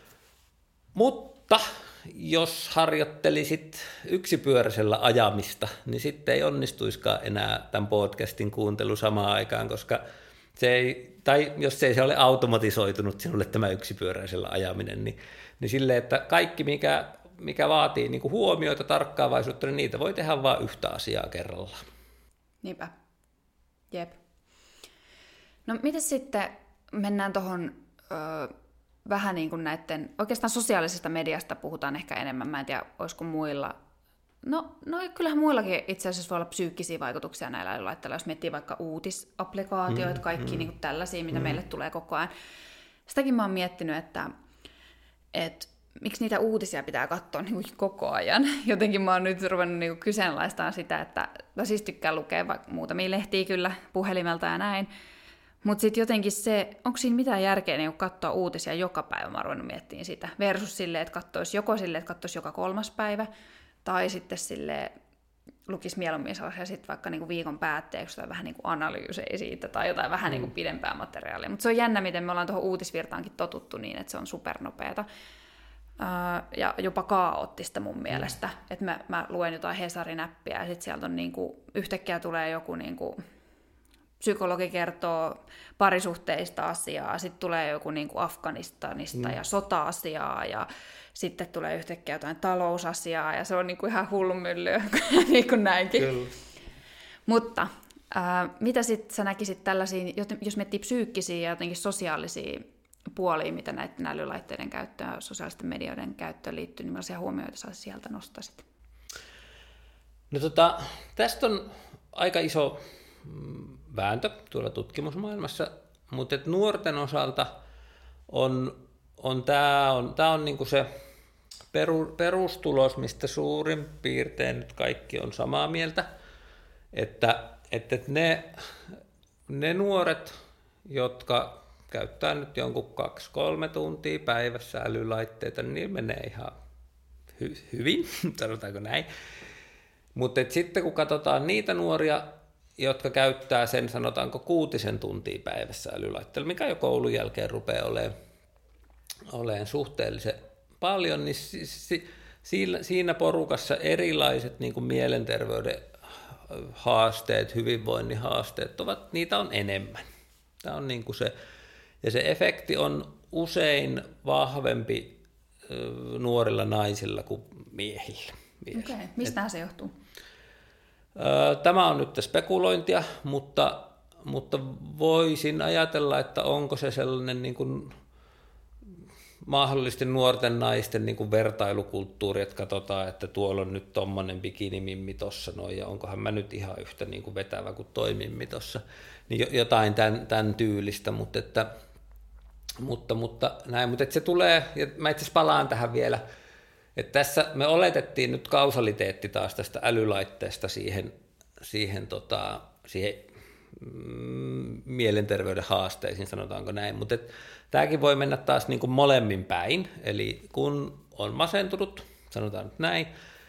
Mutta jos harjoittelisit yksipyöräisellä ajamista, niin sitten ei onnistuiskaan enää tämän podcastin kuuntelu samaan aikaan, koska tai jos ei se ole automatisoitunut sinulle tämä yksipyöräisellä ajaminen, niin silleen, että kaikki mikä vaatii niin kuin huomioita, tarkkaavaisuutta, niin niitä voi tehdä vain yhtä asiaa kerrallaan. Niinpä. Jep. No miten sitten mennään tuohon vähän niin kuin näiden, oikeastaan sosiaalisesta mediasta puhutaan ehkä enemmän, mä en tiedä, olisiko muilla. No kyllähän muillakin itse asiassa voi olla psyykkisiä vaikutuksia näillä älylaitteilla, jos miettii vaikka uutisapplikaatioita, kaikki niin kuin tällaisia, mitä meille tulee koko ajan. Sitäkin mä oon miettinyt, että miksi niitä uutisia pitää katsoa niin kuin koko ajan. Jotenkin mä oon nyt ruvennut niin kuin kyseenalaistamaan sitä, että mä siis tykkään lukea vaikka muutamia lehtiä kyllä puhelimelta ja näin, mutta sitten jotenkin se, onko siinä mitään järkeä niin katsoa uutisia joka päivä, mä oon ruvennut miettimään sitä, versus silleen, että katsoisi joko silleen, että katsoisi joka 3. päivä, tai sitten silleen, lukisi mieluummin sellaisia sitten vaikka niin kuin viikon päätteeksi tai vähän niin kuin analyysejä siitä tai jotain vähän niin kuin pidempää materiaalia. Mutta se on jännä, miten me ollaan tuohon uutisvirtaankin totuttu niin, että se on supernopeata. Ja jopa kaoottista mun mielestä. Että mä luen jotain Hesarin-näppiä ja sitten sieltä on niinku, yhtäkkiä tulee joku niinku, psykologi kertoo parisuhteista asiaa, sitten tulee joku niinku Afganistanista ja sota-asiaa ja sitten tulee yhtäkkiä jotain talousasiaa ja se on niinku ihan hullunmyllyä, niin kuin näinkin. Kyllä. Mutta mitä sitten sä näkisit tällaisia, jos miettii psyykkisiä ja jotenkin sosiaalisia puolia, mitä näiden älylaitteiden käyttöön ja sosiaalisten medioiden käyttöön liittyy, niin millaisia huomioita sä sieltä nostaisit? No tästä on aika iso vääntö tuolla tutkimusmaailmassa, mutta nuorten osalta tämä on niinku se perustulos, mistä suurin piirtein nyt kaikki on samaa mieltä, että ne nuoret, jotka käyttää nyt jonkun 2-3 tuntia päivässä älylaitteita, niin menee ihan hyvin, sanotaanko näin. Mutta sitten kun katsotaan niitä nuoria, jotka käyttää sen, sanotaanko 6 tuntia päivässä älylaitteella, mikä jo koulun jälkeen rupeaa olemaan suhteellisen paljon, niin siinä porukassa erilaiset niin kuin mielenterveyden haasteet, hyvinvoinnin haasteet, niitä on enemmän. Tämä on niin kuin se. Ja se efekti on usein vahvempi nuorilla naisilla kuin miehillä. Okei. Mistähän se johtuu? Tämä on nyt spekulointia, mutta voisin ajatella, että onko se sellainen niin kuin mahdollisesti nuorten naisten niin kuin vertailukulttuuri, että katsotaan, että tuolla on nyt tommonen bikinimimmi tossa noin, ja onkohan mä nyt ihan yhtä niin kuin vetävä kuin toi mimmi tossa. Niin jotain tämän tyylistä, mutta se tulee, ja mä itse asiassa palaan tähän vielä, että tässä me oletettiin nyt kausaliteetti taas tästä älylaitteesta siihen mielenterveyden haasteisiin, sanotaanko näin. Mutta tämäkin voi mennä taas niin kuin molemmin päin, eli kun on masentunut, sanotaan nyt näin,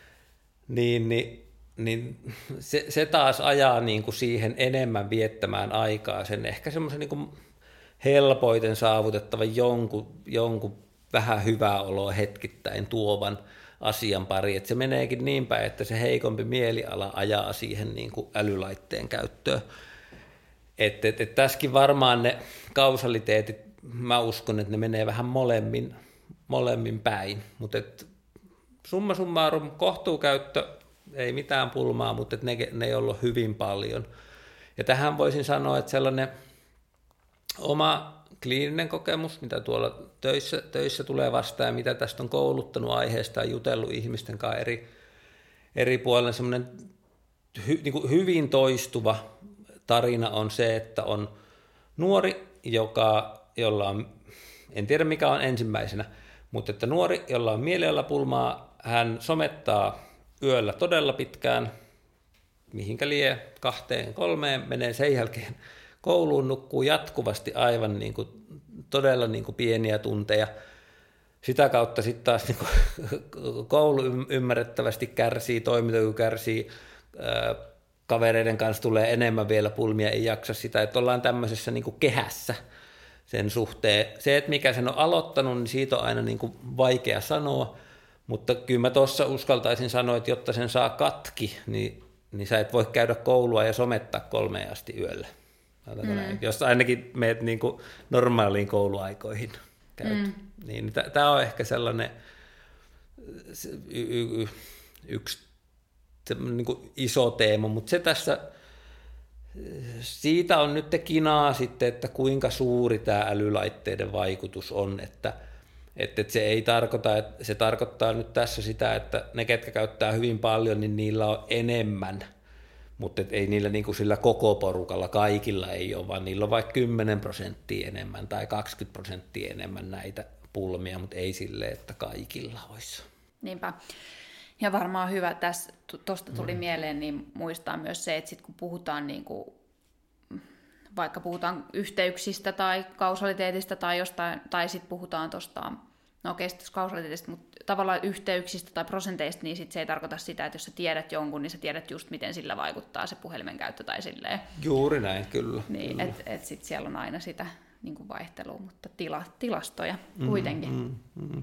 niin se taas ajaa niin kuin siihen enemmän viettämään aikaa, sen ehkä semmoisen niin kuin helpoiten saavutettavan jonkun vähän hyvää oloa hetkittäin tuovan asian pari, että se meneekin niin päin, että se heikompi mieliala ajaa siihen niin kuin älylaitteen käyttöön. Että tässäkin varmaan ne kausaliteetit, mä uskon, että ne menee vähän molemmin päin, mutta summa summarum kohtuukäyttö, ei mitään pulmaa, mutta ne ei ollut hyvin paljon. Ja tähän voisin sanoa, että sellainen oma kliininen kokemus, mitä tuolla töissä tulee vastaan ja mitä tästä on kouluttanut aiheesta ja jutellut ihmisten kanssa eri puolilla, semmoinen niin kuin hyvin toistuva tarina on se, että on nuori, jolla on, en tiedä mikä on ensimmäisenä, mutta että nuori, jolla on mielialapulmaa, hän somettaa yöllä todella pitkään, mihinkä lie 2-3, menee sen jälkeen kouluun, nukkuu jatkuvasti aivan niin kuin, todella niin kuin pieniä tunteja. Sitä kautta sitten taas niin kuin, koulu ymmärrettävästi kärsii, toimintakyky kärsii, kavereiden kanssa tulee enemmän vielä pulmia, ei jaksa sitä, että ollaan tämmöisessä niin kuin kehässä sen suhteen. Se, että mikä sen on aloittanut, niin siitä on aina niin kuin vaikea sanoa, mutta kyllä mä tuossa uskaltaisin sanoa, että jotta sen saa katki, niin sä et voi käydä koulua ja somettaa 3 asti yöllä. Jos ainakin meet niin kuin normaaliin kouluaikoihin käyt. Niin, tämä on ehkä sellainen yksi niin kuin iso teema, mutta se tässä, siitä on nyt kinaa sitten, että kuinka suuri tämä älylaitteiden vaikutus on, että se ei tarkoita, että se tarkoittaa nyt tässä sitä, että ne, ketkä käyttää hyvin paljon, niin niillä on enemmän, mutta ei niillä niin kuin sillä koko porukalla, kaikilla ei ole, vaan niillä on vaikka 10% enemmän tai 20% enemmän näitä pulmia, mutta ei silleen, että kaikilla olisi. Niinpä. Ja varmaan hyvä, tässä tuosta tuli mieleen, niin muistaa myös se, että sit kun puhutaan niin kuin, vaikka puhutaan yhteyksistä tai kausaliteetista tai jostain, tai sitten puhutaan tuosta, no okei, kausaliteetista, mutta tavallaan yhteyksistä tai prosenteista, niin sit se ei tarkoita sitä, että jos sä tiedät jonkun, niin sä tiedät just, miten sillä vaikuttaa se puhelimen käyttö tai silleen. Juuri näin, kyllä. Niin, että sitten siellä on aina sitä niin kuin vaihtelua, mutta tilastoja kuitenkin.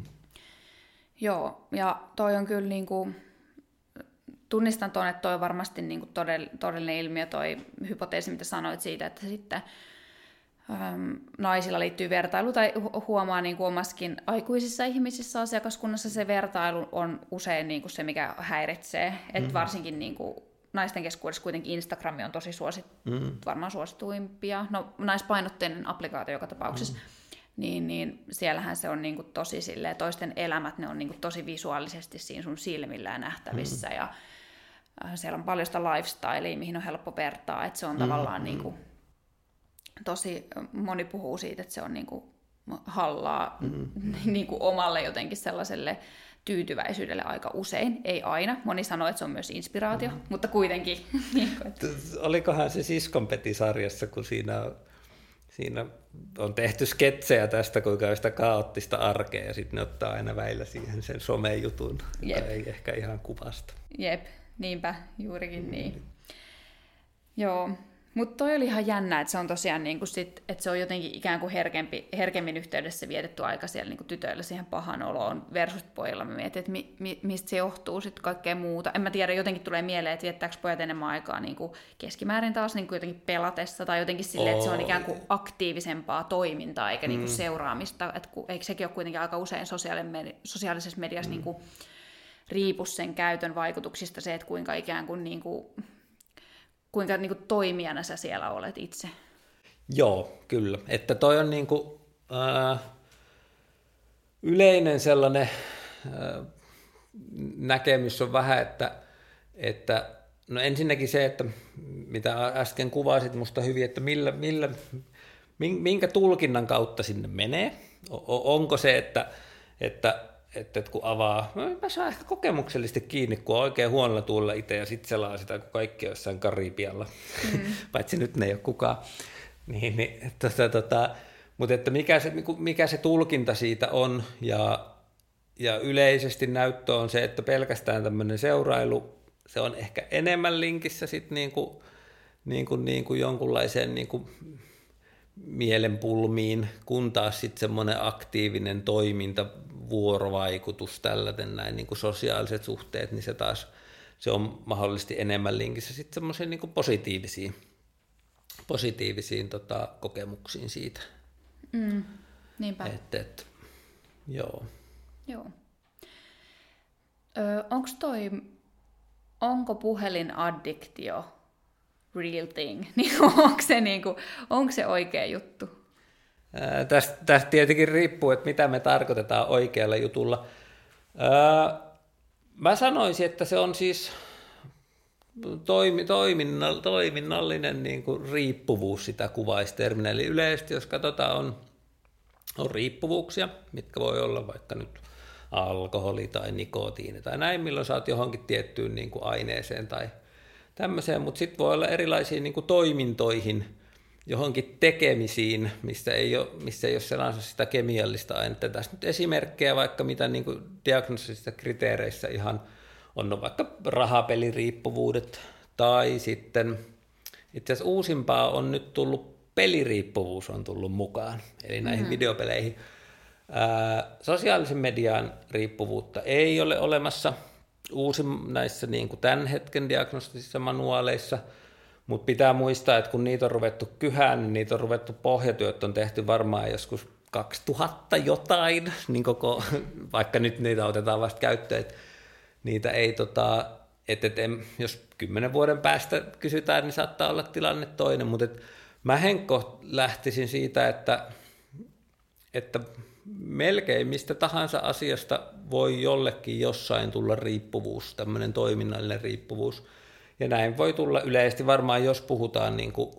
Joo, ja toi on kyllä niin kuin, tunnistan tuon, että toi on varmasti niin kuin todellinen ilmiö, toi hypoteesi, mitä sanoit siitä, että sitten naisilla liittyy vertailu, tai huomaa niin kuin omassakin aikuisissa ihmisissä asiakaskunnassa se vertailu on usein niin kuin se, mikä häiritsee, että varsinkin niin kuin naisten keskuudessa kuitenkin Instagram on tosi varmaan suosituimpia, no naispainotteinen applikaatio joka tapauksessa, niin siellähän se on niinku tosi silleen, toisten elämät, ne on niinku tosi visuaalisesti siinä sun silmillä ja nähtävissä, ja siellä on paljon sitä lifestylea, mihin on helppo vertaa, että se on tavallaan niinku, tosi, moni puhuu siitä, että se on niinku hallaa niinku omalle jotenkin sellaiselle tyytyväisyydelle aika usein, ei aina. Moni sanoo, että se on myös inspiraatio, mutta kuitenkin. Olikohan se Siskonpeti-sarjassa, kun siinä on tehty sketsejä tästä, kuinka on sitä kaoottista arkea, ja sitten ne ottaa aina väillä siihen sen somejutun, joka ei ehkä ihan kuvasta. Jep, niinpä, juurikin niin. Joo, mutta toi oli ihan jännä, että se on tosiaan niin kuin sit, että se on jotenkin ikään kuin herkemmin yhteydessä vietetty aika siellä niin kuin tytöillä siihen pahan oloon versus pojilla. Mä mietin, että mistä se johtuu sitten kaikkea muuta. En mä tiedä, jotenkin tulee mieleen, että viettääkö pojat enemmän aikaa niin kuin keskimäärin taas niin kuin jotenkin pelatessa tai jotenkin silleen, että se on ikään kuin aktiivisempaa toimintaa eikä niin kuin seuraamista. Että eikö sekin ole kuitenkin aika usein sosiaalisessa mediassa niin kuin riipu sen käytön vaikutuksista se, että kuinka ikään kuin kuinka niin kuin toimijana sä siellä olet itse? Joo, kyllä. Että toi on niin kuin, yleinen sellainen näkemys on vähän, että no ensinnäkin se, että mitä äsken kuvasit musta hyvin, että minkä tulkinnan kautta sinne menee. Onko se, että että kun avaa, mä saan ehkä kokemuksellisesti kiinni, kun on oikein huonolla tuolla itse ja sitten selaa sitä, kun kaikki on jossain Karibialla, paitsi nyt ne ei ole kukaan. Mutta että mikä se tulkinta siitä on, ja yleisesti näyttö on se, että pelkästään tämmöinen seurailu, se on ehkä enemmän linkissä sitten niinku jonkunlaiseen niinku mielenpulmiin, kun taas sitten semmoinen aktiivinen toiminta, vuorovaikutus, tällainen näin niinku sosiaaliset suhteet, niin se on mahdollisesti enemmän linkissä sitten semmoisiin niinku positiivisiin kokemuksiin siitä. Niinpä. Joo. Onko puhelinaddiktio real thing? Onko se oikea juttu? Tästä tietenkin riippuu, että mitä me tarkoitetaan oikealla jutulla. Mä sanoisin, että se on siis toiminnallinen niin kuin riippuvuus, sitä kuvaisi terminä. Eli yleisesti, jos katsotaan, on riippuvuuksia, mitkä voi olla vaikka nyt alkoholi tai nikotiini tai näin, milloin sä oot johonkin tiettyyn niin kuin aineeseen tai tämmöiseen, mutta sitten voi olla erilaisiin niin kuin toimintoihin, johonkin tekemisiin, missä ei ole sellaista sitä kemiallista ainetta. Tässä nyt esimerkkejä vaikka mitä niin kuin diagnostisissa kriteereissä ihan on vaikka rahapeliriippuvuudet tai sitten itse asiassa uusimpaa on nyt tullut peliriippuvuus on tullut mukaan, eli näihin videopeleihin. Sosiaalisen median riippuvuutta ei ole olemassa näissä niin kuin tämän hetken diagnostisissa manuaaleissa, mutta pitää muistaa, että kun niitä on ruvettu kyhään, niin niitä on ruvettu pohjatyöt on tehty varmaan joskus 2000 jotain, niin vaikka nyt niitä otetaan vasta käyttöön, että niitä ei, jos 10 vuoden päästä kysytään, niin saattaa olla tilanne toinen, mutta mä Henkko lähtisin siitä, että melkein mistä tahansa asiasta voi jollekin jossain tulla riippuvuus, tämmöinen toiminnallinen riippuvuus. Ja näin voi tulla yleisesti varmaan, jos puhutaan niin kuin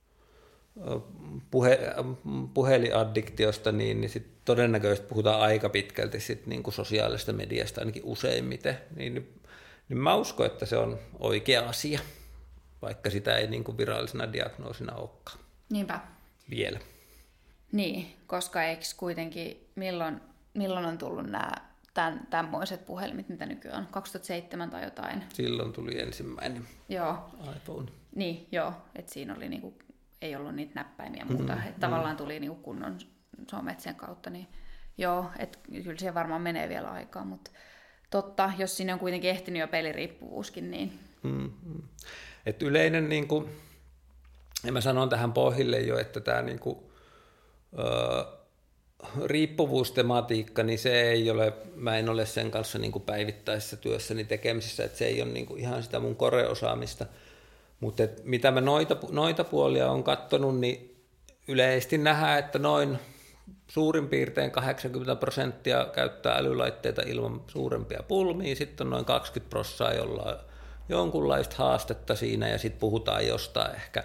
puhelinaddiktiosta, niin sit todennäköisesti puhutaan aika pitkälti sit niin kuin sosiaalisesta mediasta ainakin useimmiten. Niin mä uskon, että se on oikea asia, vaikka sitä ei niin kuin virallisena diagnoosina olekaan. Niinpä. Vielä. Niin, koska eikö kuitenkin, milloin on tullut nämä tämmöiset puhelimet, mitä nykyään on, 2007 tai jotain? Silloin tuli ensimmäinen iPhone. Niin, joo, että siinä oli niinku, ei ollut niitä näppäimiä ja muuta, että tavallaan tuli niinku kunnon somet sen kautta, niin joo, että kyllä siihen varmaan menee vielä aikaa, mutta totta, jos siinä on kuitenkin ehtinyt jo peliriippuvuuskin, niin... Että yleinen, niinku, ja mä sanon tähän pohjille jo, että tämä niinku, riippuvuustematiikka, niin se ei ole, mä en ole sen kanssa niin kuin päivittäisessä työssäni tekemisissä, että se ei ole niin kuin ihan sitä mun core-osaamista, mutta mitä mä noita puolia on katsonut, niin yleisesti nähdään, että noin suurin piirtein 80% käyttää älylaitteita ilman suurempia pulmia, sitten on noin 20%, jolla on jonkunlaista haastetta siinä, ja sitten puhutaan jostain ehkä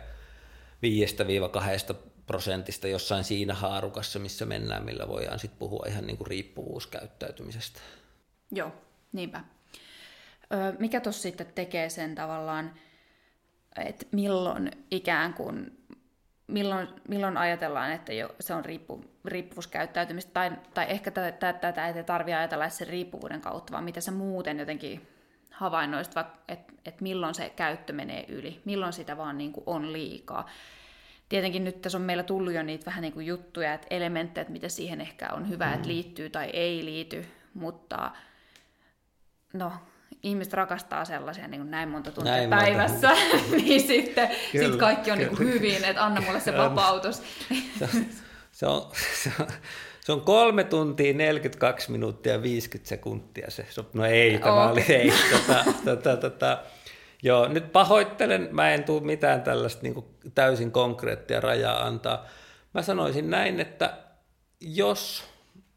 5-2% jossain siinä haarukassa, missä mennään, millä voidaan sitten puhua ihan niin kuin riippuvuuskäyttäytymisestä. Joo, niinpä. Mikä tuossa sitten tekee sen tavallaan, että milloin ikään kuin, milloin ajatellaan, että se on riippuvuuskäyttäytymistä, tai ehkä tätä ei tarvitse ajatella sen riippuvuuden kautta, vaan mitä sä muuten jotenkin havainnoisit, että milloin se käyttö menee yli, milloin sitä vaan niin kuin on liikaa. Tietenkin nyt tässä on meillä tullut jo niitä vähän niin kuin juttuja, että elementtejä, että mitä siihen ehkä on hyvä, että liittyy tai ei liity, mutta no, ihmiset rakastaa sellaisia niin kuin näin monta tuntia päivässä, niin sitten kaikki on niin kuin hyvin, että anna mulle se vapautus. Se on 3 tuntia, 42 minuuttia, 50 sekuntia se. No ei, tämä oli ei. Joo, nyt pahoittelen, mä en tule mitään tällaista niin kuin täysin konkreettia rajaa antaa. Mä sanoisin näin, että jos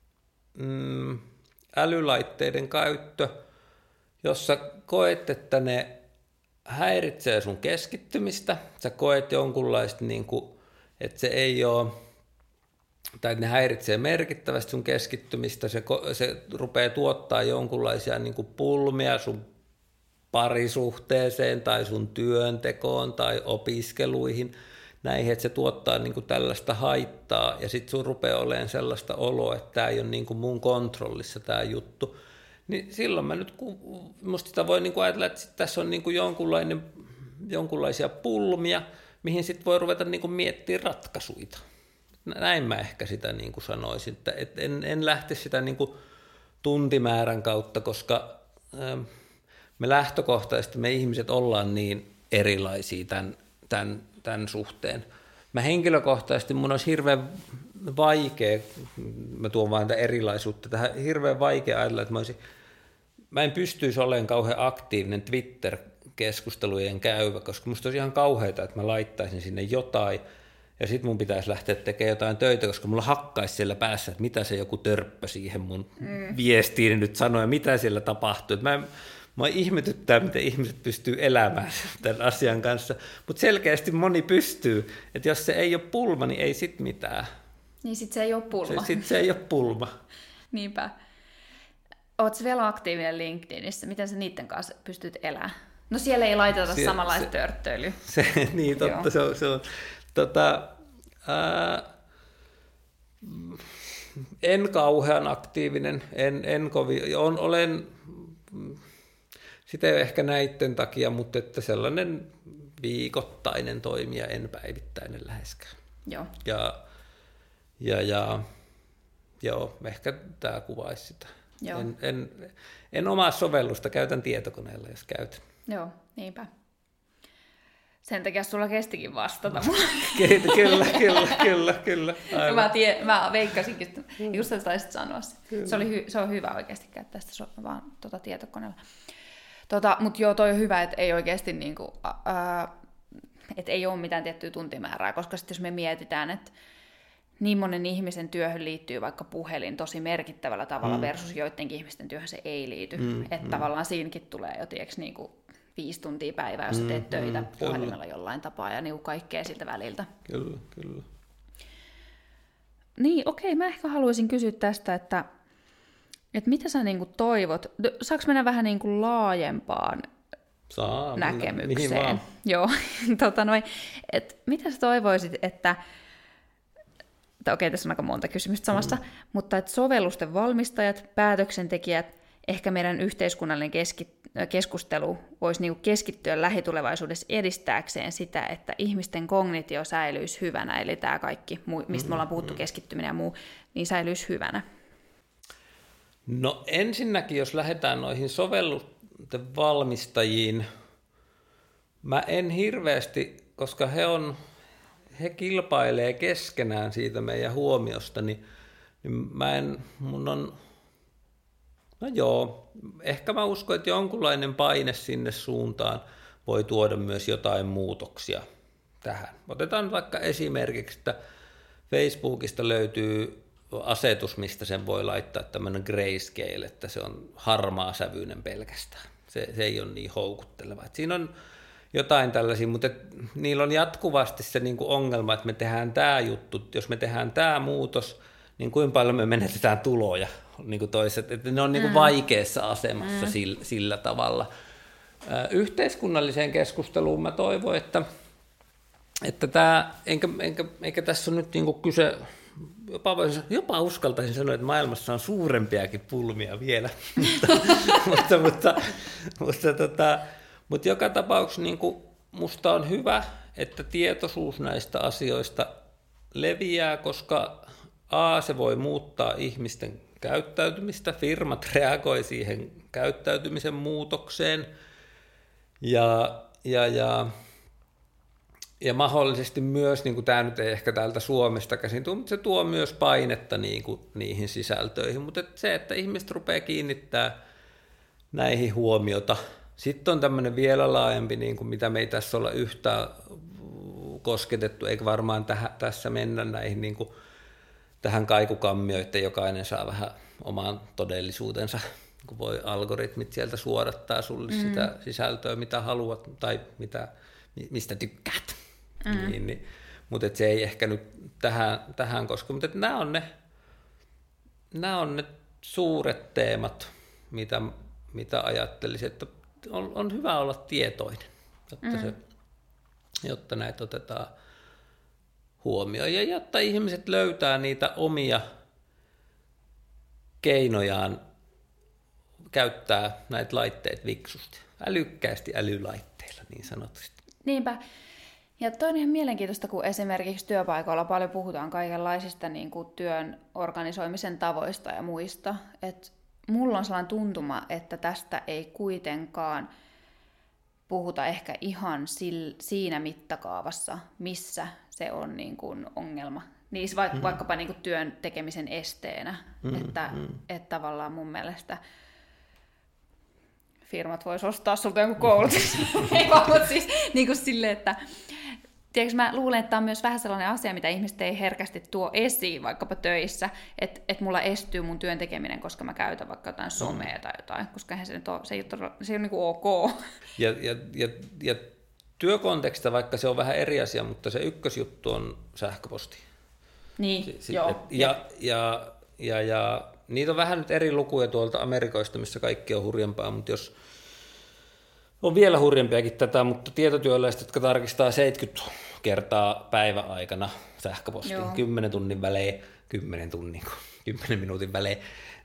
älylaitteiden käyttö, jos sä koet, että ne häiritsee sun keskittymistä, sä koet jonkunlaista, niin kuin, että se ei ole tai ne häiritsee merkittävästi sun keskittymistä, se rupeaa tuottaa jonkunlaisia niin kuin pulmia sun parisuhteeseen tai sun työntekoon tai opiskeluihin, näihin, että se tuottaa niin kuin tällaista haittaa ja sitten sun rupeaa olemaan sellaista oloa, että tämä ei ole niin kuin mun kontrollissa tämä juttu, niin silloin musta sitä voi niin kuin ajatella, että tässä on niin kuin jonkunlaisia pulmia, mihin sitten voi ruveta niin kuin miettimään ratkaisuja. Näin mä ehkä sitä niin kuin sanoisin, että en lähte sitä niin kuin tuntimäärän kautta, koska me lähtökohtaisesti me ihmiset ollaan niin erilaisia tämän suhteen. Mä henkilökohtaisesti mun olisi hirveän vaikea, mä tuon vain tätä erilaisuutta, tähän hirveän vaikea ajatella, että mä en pystyisi olemaan kauhean aktiivinen Twitter-keskustelujen käyvä, koska musta olisi ihan kauheata, että mä laittaisin sinne jotain, ja sitten mun pitäisi lähteä tekemään jotain töitä, koska mulla hakkaisi siellä päässä, että mitä se joku törppä siihen mun viestiin nyt sanoi, ja mitä siellä tapahtuu. Mä ihmetyttää, miten ihmiset pystyy elämään tämän asian kanssa, mutta selkeästi moni pystyy, että jos se ei ole pulma, niin ei sit mitään. Niin sit se ei ole pulma. Sitten se ei ole pulma. Niinpä. Ootko vielä aktiivinen LinkedInissä? Miten sä niiden kanssa pystyt elämään? No siellä ei laiteta samanlaista törttöilyä. Niin, totta, se on. En kauhean aktiivinen, en kovin, olen sitä ei ehkä näiden takia, mutta että sellainen viikoittainen toimija, en päivittäinen läheskään. Joo. Joo, ehkä tämä kuvaisi sitä. Joo. En omaa sovellusta, käytän tietokoneella, jos käytän. Joo, niinpä. Sen takia sulla kestikin vastata. Kyllä. Mä veikkasinkin, että just sä taisit sanoa se. Se on hyvä oikeasti käyttää sitä vaan tietokoneella. Mutta joo, toi on hyvä, että ei oikeasti niinku, että ei ole mitään tiettyä tuntimäärää, koska sitten jos me mietitään, että niin monen ihmisen työhön liittyy vaikka puhelin tosi merkittävällä tavalla versus joidenkin ihmisten työhön se ei liity. Että tavallaan siinäkin tulee jo niinku 5 tuntia päivää, jos teet töitä puhelimella jollain tapaa ja niinku kaikkea siltä väliltä. Kyllä. Niin, okei, mä ehkä haluaisin kysyä tästä, että mitä sä niinku toivot? Saanko mennä vähän niinku laajempaan näkemykseen? Joo, että mitä sä toivoisit, että okei, tässä on aika monta kysymystä samassa, mutta että sovellusten valmistajat, päätöksentekijät, ehkä meidän yhteiskunnallinen keskustelu voisi niinku keskittyä lähitulevaisuudessa edistääkseen sitä, että ihmisten kognitio säilyisi hyvänä, eli tämä kaikki, mistä me ollaan puhuttu, keskittyminen ja muu, niin säilyisi hyvänä. No ensinnäkin, jos lähdetään noihin sovellusten valmistajiin, mä en hirveästi, koska he kilpailee keskenään siitä meidän huomiosta, niin ehkä mä uskon, että jonkunlainen paine sinne suuntaan voi tuoda myös jotain muutoksia tähän. Otetaan vaikka esimerkiksi, että Facebookista löytyy asetus, mistä sen voi laittaa tämmöinen grayscale, että se on harmaa sävyinen pelkästään. Se ei ole niin houkutteleva. Et siinä on jotain tällaisia, mutta niillä on jatkuvasti se niinku ongelma, että me tehdään tämä juttu, jos me tehdään tämä muutos, niin kuinka paljon me menetetään tuloja, niin kuin toiset, että ne on niin kuin vaikeassa asemassa sillä tavalla. Yhteiskunnalliseen keskusteluun mä toivon, että tämä, eikä tässä ole nyt niin kuin kyse, jopa uskaltaisin sanoa, että maailmassa on suurempiakin pulmia vielä, mutta joka tapauksessa niin kuin musta on hyvä, että tietoisuus näistä asioista leviää, koska se voi muuttaa ihmisten käyttäytymistä, firmat reagoi siihen käyttäytymisen muutokseen ja mahdollisesti myös, niin kuin tämä nyt ei ehkä täältä Suomesta käsin tule, mutta se tuo myös painetta niin kuin niihin sisältöihin, mutta se, että ihmiset rupeaa kiinnittää näihin huomiota. Sitten on tämmöinen vielä laajempi, niin kuin mitä me ei tässä olla yhtään kosketettu, eikä varmaan tässä mennä näihin niin kuin tähän kaikukammioon, että jokainen saa vähän oman todellisuutensa, kun voi algoritmit sieltä suodattaa sulle sitä sisältöä, mitä haluat tai mistä tykkäät. mutta se ei ehkä nyt tähän koske. Mutta nämä on ne suuret teemat, mitä ajattelisin, että on hyvä olla tietoinen, jotta näitä otetaan huomioon ja jotta ihmiset löytää niitä omia keinojaan käyttää näitä laitteita fiksusti, älykkäästi älylaitteilla niin sanotusti. Niinpä. Ja toinen ihan mielenkiintoista, kun esimerkiksi työpaikoilla paljon puhutaan kaikenlaisista niin kuin työn organisoimisen tavoista ja muista, että mulla on sellainen tuntuma, että tästä ei kuitenkaan puhuta ehkä ihan siinä mittakaavassa, missä se on niin kuin ongelma. Niin vaikkapa niin kuin työn tekemisen esteenä. Että tavallaan mun mielestä firmat vois ostaa sulta jonkun koulutuksen. Ei vaan, mutta siis niin kuin silleen, että tiedätkö, mä luulen, että tämä on myös vähän sellainen asia, mitä ihmiset ei herkästi tuo esiin vaikkapa töissä, että mulla estyy mun työn tekeminen, koska mä käytän vaikka jotain somea tai jotain, koska se ei ole niin kuin ok. Ja työkonteksta, vaikka se on vähän eri asia, mutta se ykkösjuttu on sähköposti. Niin, joo. Ja niitä on vähän nyt eri lukuja tuolta Amerikoista, missä kaikki on hurjempaa, mutta jos on vielä hurjempiakin tätä, mutta tietotyöläiset, jotka tarkistaa 70 kertaa päiväaikana sähköpostin, 10 tunnin välein, 10 minuutin välein,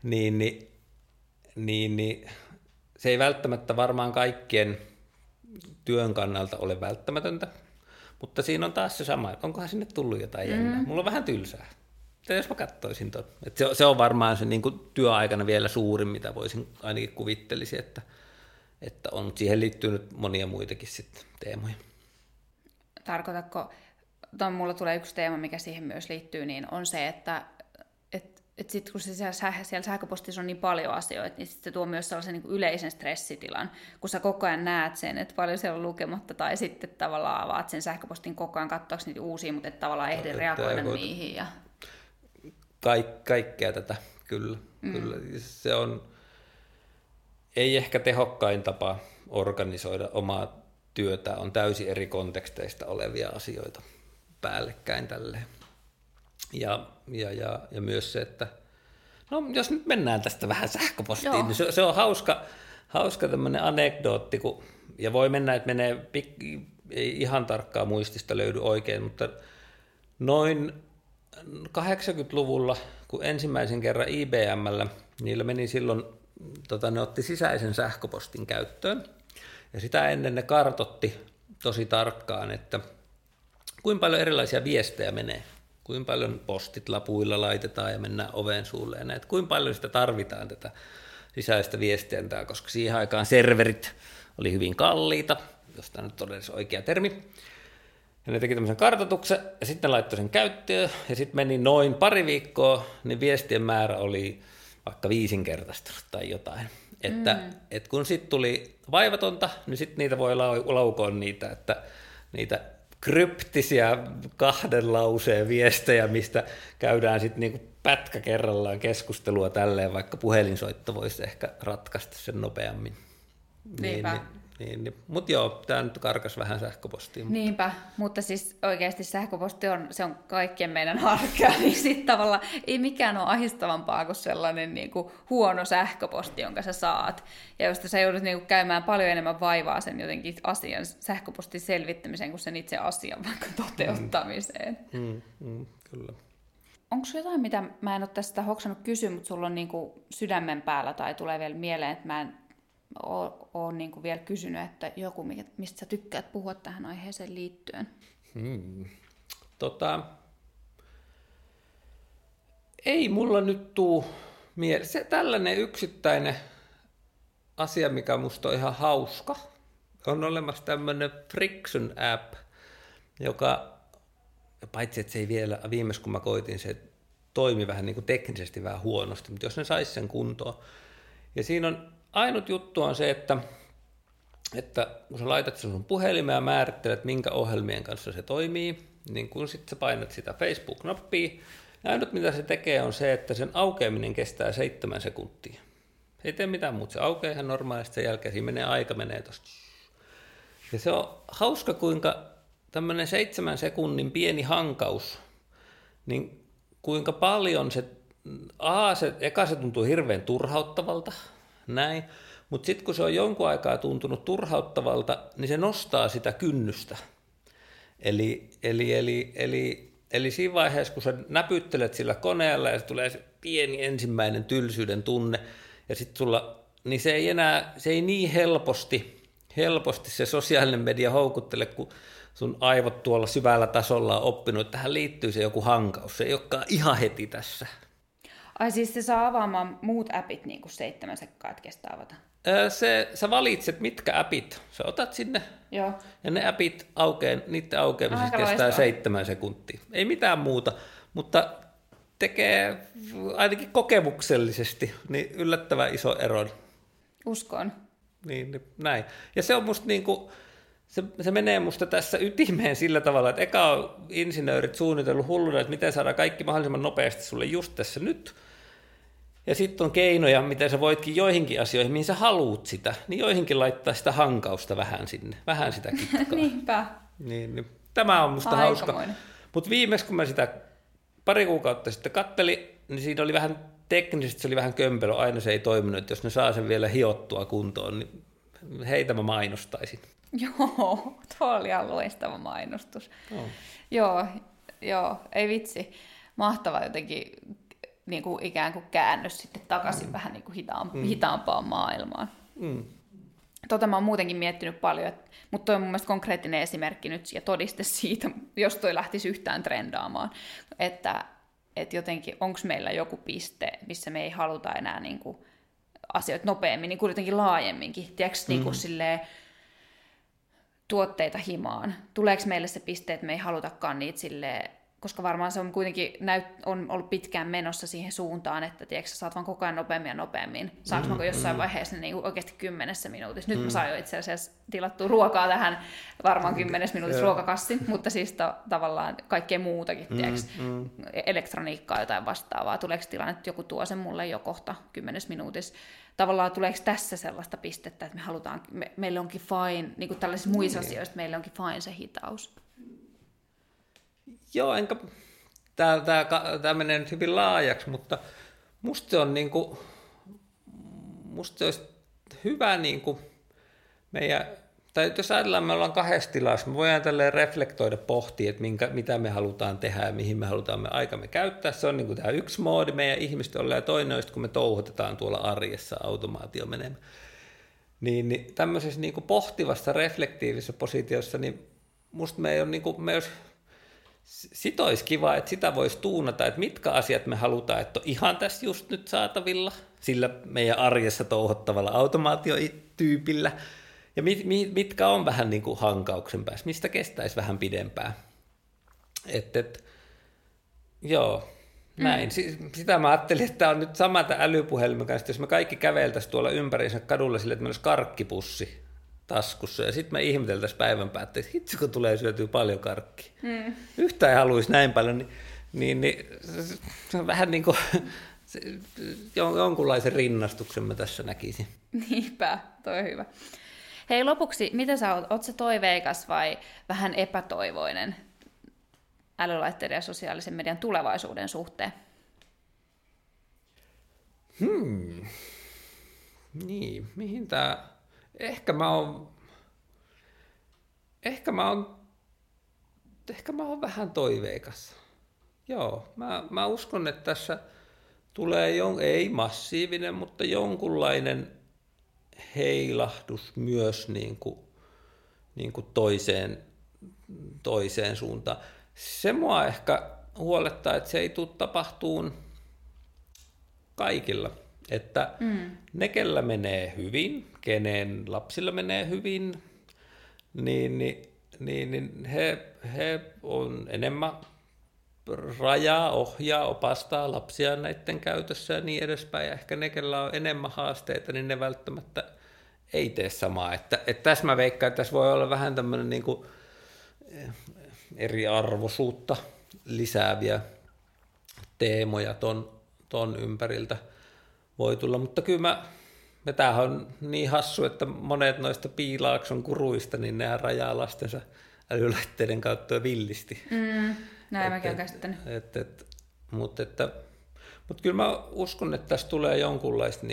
niin se ei välttämättä varmaan kaikkien työn kannalta ole välttämätöntä, mutta siinä on taas se sama, onkohan sinne tullut jotain jännää. Mulla on vähän tylsää. Jos mä katsoisin tuon. Se on varmaan se niin kuin työaikana vielä suurin, mitä voisin ainakin kuvittelisin, että on, siihen liittyy nyt monia muitakin sitten teemoja. Tarkoitatko, mulla tulee yksi teema, mikä siihen myös liittyy, niin on se, että sitten kun siellä sähköpostissa on niin paljon asioita, niin sitten se tuo myös sellaisen niin kuin yleisen stressitilan, kun sä koko ajan näet sen, että paljon siellä on lukematta, tai sitten tavallaan avaat sen sähköpostin koko ajan katsoaksi niitä uusia, mutta et tavallaan ehdi reagoida niihin. Ja kaikkea tätä, kyllä. Se on ei ehkä tehokkain tapa organisoida omaa työtä, on täysin eri konteksteista olevia asioita päällekkäin tälleen. Ja myös se, että no jos nyt mennään tästä vähän sähköpostiin, niin se on hauska tämmöinen anekdootti, ja voi mennä, että ei ihan tarkkaa muistista löydy oikein, mutta noin 80-luvulla, kun ensimmäisen kerran IBM:llä, niillä meni silloin, ne otti sisäisen sähköpostin käyttöön, ja sitä ennen ne kartoitti tosi tarkkaan, että kuinka paljon erilaisia viestejä menee, kuinka paljon postit lapuilla laitetaan ja mennään oven suulle, ja näet, kuinka paljon sitä tarvitaan tätä sisäistä viestiintää, koska siihen aikaan serverit oli hyvin kalliita, jos tämä nyt on edes oikea termi. Ja ne teki tämmöisen kartoituksen, ja sitten ne laittoi sen käyttöön, ja sitten meni noin pari viikkoa, niin viestien määrä oli vaikka 5-kertaistunut tai jotain. Että kun sitten tuli vaivatonta, niin sitten niitä voi laukoa niitä kryptisiä 2 lauseen viestejä, mistä käydään sitten niinku pätkä kerrallaan keskustelua tälleen, vaikka puhelinsoitto voisi ehkä ratkaista sen nopeammin. Niinpä. Mutta joo, tämä nyt karkas vähän sähköpostiin. Niinpä, mutta siis oikeasti sähköposti on kaikkien meidän arkea, niin sitten tavallaan ei mikään ole ahistavampaa kuin sellainen niin kuin huono sähköposti, jonka sä saat. Ja josta sä joudut niin kuin käymään paljon enemmän vaivaa sen jotenkin asian sähköpostin selvittämiseen kuin sen itse asian vaikka toteuttamiseen. Kyllä. Onko sulla jotain, mitä mä en ole tästä hoksannut kysyä, mutta sulla on niin kuin sydämen päällä tai tulee vielä mieleen, että mä en olen niin kuin vielä kysynyt, että joku, mistä sä tykkäät puhua tähän aiheeseen liittyen? Ei mulla nyt tuu mieleen. Se tällainen yksittäinen asia, mikä musta on ihan hauska, on olemassa tämmöinen Friction app, joka, paitsi että se ei vielä, viimeis kun mä koitin, se toimi vähän niin kuin teknisesti vähän huonosti, mutta jos ne sais sen kuntoon. Ja siinä on ainut juttu on se, että kun sä laitat sen sun puhelimeen ja määrittelet, minkä ohjelmien kanssa se toimii, niin kun sitten sä painat sitä Facebook-nappia, ainut mitä se tekee on se, että sen aukeaminen kestää 7 sekuntia. Se ei tee mitään muuta, se aukeaa ihan normaalisti, sen jälkeen siinä aika menee tosta. Ja se on hauska, kuinka tämmöinen 7 sekunnin pieni hankaus, niin kuinka paljon eka se tuntuu hirveän turhauttavalta, näin, mutta sitten kun se on jonkun aikaa tuntunut turhauttavalta, niin se nostaa sitä kynnystä. Eli siinä vaiheessa, kun sä näpyttelet sillä koneella ja se tulee se pieni ensimmäinen tylsyyden tunne, ja sitten sulla, niin se ei niin helposti se sosiaalinen media houkuttele, kun sun aivot tuolla syvällä tasolla on oppinut, että tähän liittyy se joku hankaus. Se ei olekaan ihan heti tässä. Ai siis se saa avaamaan muut appit niin kuin 7 sekkaa, että kestää avata? Sä valitset, mitkä appit sä otat sinne, Joo. ja ne appit niiden aukeamisessa kestää 7 sekuntia. Ei mitään muuta, mutta tekee ainakin kokemuksellisesti niin yllättävän iso eron. Uskon. Niin, näin. Ja se on musta niinku, se menee musta tässä ytimeen sillä tavalla, että eka on insinöörit suunnitellut hulluna, että miten saadaan kaikki mahdollisimman nopeasti sulle just tässä nyt. Ja sitten on keinoja, miten sä voitkin joihinkin asioihin, mihin sä haluut sitä, niin joihinkin laittaa sitä hankausta vähän sinne, vähän sitä kitkaa. Niinpä. Niin. Tämä on musta hauska. Mutta viimeksi, kun mä sitä pari kuukautta sitten kattelin, niin siinä oli vähän teknisesti, se oli vähän kömpelö, aina se ei toiminut, että jos ne saa sen vielä hiottua kuntoon, niin heitä mä mainostaisin. Joo, tuo oli ihan loistava mainostus. Oh. Joo, ei vitsi. Mahtava jotenkin niin kuin ikään kuin käännös sitten takaisin vähän niin kuin hitaampaan maailmaan. Tota mä oon muutenkin miettinyt paljon, mutta toi on mun mielestä konkreettinen esimerkki nyt ja todiste siitä, jos toi lähtisi yhtään trendaamaan, että jotenkin onko meillä joku piste, missä me ei haluta enää niin kuin asioita nopeammin, niin kuin jotenkin laajemminkin. Tiedätkö, niin kuin silleen, tuotteita himaan. Tuleeko meille se piste, että me ei halutakaan niitä silleen, koska varmaan se on kuitenkin on ollut pitkään menossa siihen suuntaan, että tiedätkö, sä saat vaan koko ajan nopeammin ja nopeammin. Saanko mä jossain vaiheessa niin oikeasti 10 minuutissa? Nyt mä saan jo itse asiassa tilattua ruokaa tähän varmaan 10 minuutissa ruokakassin, mutta siis tavallaan kaikkea muutakin, tiedätkö, elektroniikkaa jotain vastaavaa. Tuleeko tilanne, että joku tuo sen mulle jo kohta 10 minuutissa? Tavallaan tuleeko tässä sellaista pistettä, että me halutaan, meille onkin fine, niin kuin tällaisissa muissa asioissa, meille onkin fine se hitaus? Joo, tämä menee nyt hyvin laajaksi, mutta musta se on musta se olisi hyvä tai jos ajatellaan, me ollaan 2 tilassa, me voidaan tälleen reflektoida, pohtia, että mitä me halutaan tehdä ja mihin me halutaan me aikamme käyttää. Se on tämä yksi moodi meidän ihmisten olla, ja toinen on, kun me touhutetaan tuolla arjessa automaatio menemään. Niin tämmöisessä pohtivassa, reflektiivisessa positiossa, niin musta me olisi sitä olisi kiva, että sitä voisi tuunata, että mitkä asiat me halutaan, että on ihan tässä just nyt saatavilla, sillä meidän arjessa touhottavalla automaatiotyypillä, ja mitkä on vähän niin kuin hankauksen päässä, mistä kestäisi vähän pidempään. Joo, näin. Sitä mä ajattelin, että tämä on nyt sama tämän älypuhelimen kanssa, jos me kaikki käveltäisiin tuolla ympäriinsä kadulla sille, että meillä olisi karkkipussi taskussa, ja sitten me ihmeteltäisiin päivän päätteeksi, että hitsi kun tulee syötyä paljon karkkia. Yhtään ei haluaisi näin paljon, niin se on vähän niin kuin jonkunlaisen rinnastuksen mä tässä näkisin. Niinpä, toi on hyvä. Hei, lopuksi, mitä sä oot sä toiveikas vai vähän epätoivoinen älylaitteiden ja sosiaalisen median tulevaisuuden suhteen? Niin, mihin tää... Ehkä mä oon vähän toiveikas. Joo, mä uskon, että tässä tulee ei massiivinen, mutta jonkunlainen heilahdus myös niin kuin toiseen suuntaan. Se mua ehkä huolettaa, että se ei tule tapahtuun kaikilla. Että ne, kellä menee hyvin, kenen lapsilla menee hyvin, niin he on enemmän rajaa, ohjaa, opastaa lapsia näiden käytössä ja niin edespäin. Ja ehkä ne, kellä on enemmän haasteita, niin ne välttämättä ei tee samaa. Että tässä mä veikkaan, että tässä voi olla vähän tämmöinen niin kuin eriarvoisuutta lisääviä teemoja ton ympäriltä voi tulla, mutta kyllä tämähän on niin hassu, että monet noista Piilaakson kuruista, niin nehän rajaa lastensa älylaitteiden kautta villisti. Näin mäkin olen käsittänyt. Mutta kyllä mä uskon, että tässä tulee jonkunlaista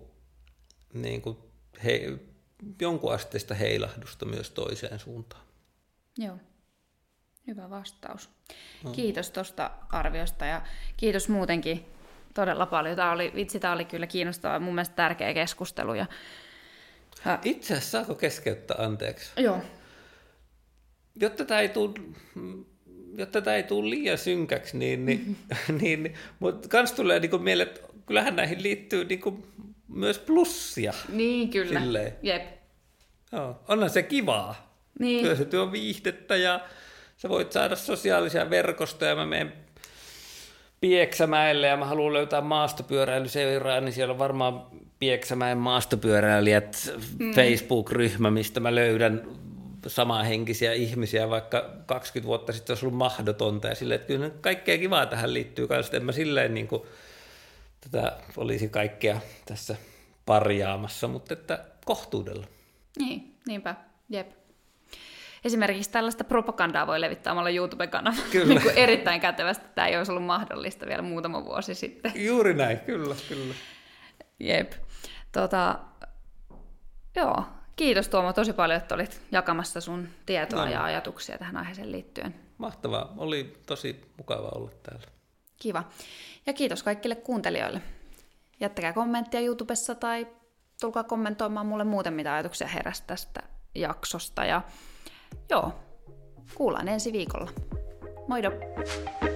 jonkun asteista heilahdusta myös toiseen suuntaan. Joo, hyvä vastaus. Kiitos tuosta arviosta ja kiitos muutenkin todella paljon. Tämä oli kyllä kiinnostava, mun mielestä tärkeä keskustelu. Itse asiassa saako keskeyttää anteeksi? Joo. Jotta tämä ei tule liian synkäksi, mutta kans tulee mieleen, että kyllähän näihin liittyy myös plussia. Niin, kyllä. Silleen. Jep. Joo, onhan se kivaa. Niin. Kyllä se tuo viihdettä ja sä voit saada sosiaalisia verkostoja. Mä menen Pieksämäelle ja mä haluan löytää maastopyöräilyseuraa, niin siellä on varmaan Pieksämäen maastopyöräilijät Facebook-ryhmä, mistä mä löydän samanhenkisiä ihmisiä, vaikka 20 vuotta sitten olisi ollut mahdotonta. Ja silleen, että kyllä kaikkea kivaa tähän liittyy kanssa. En mä silleen tätä olisi kaikkea tässä parjaamassa, mutta että kohtuudella. Niin, niinpä. Jep. Esimerkiksi tällaista propagandaa voi levittää omalla YouTube-kanavalla niin erittäin kätevästi. Tämä ei olisi ollut mahdollista vielä muutama vuosi sitten. Juuri näin, kyllä. Jep. Joo. Kiitos Tuomo tosi paljon, että olit jakamassa sun tietoa ja ajatuksia tähän aiheeseen liittyen. Mahtavaa. Oli tosi mukava olla täällä. Kiva. Ja kiitos kaikille kuuntelijoille. Jättäkää kommenttia YouTubessa tai tulkaa kommentoimaan mulle muuten, mitä ajatuksia heräsi tästä jaksosta. Ja kuullaan ensi viikolla. Moido!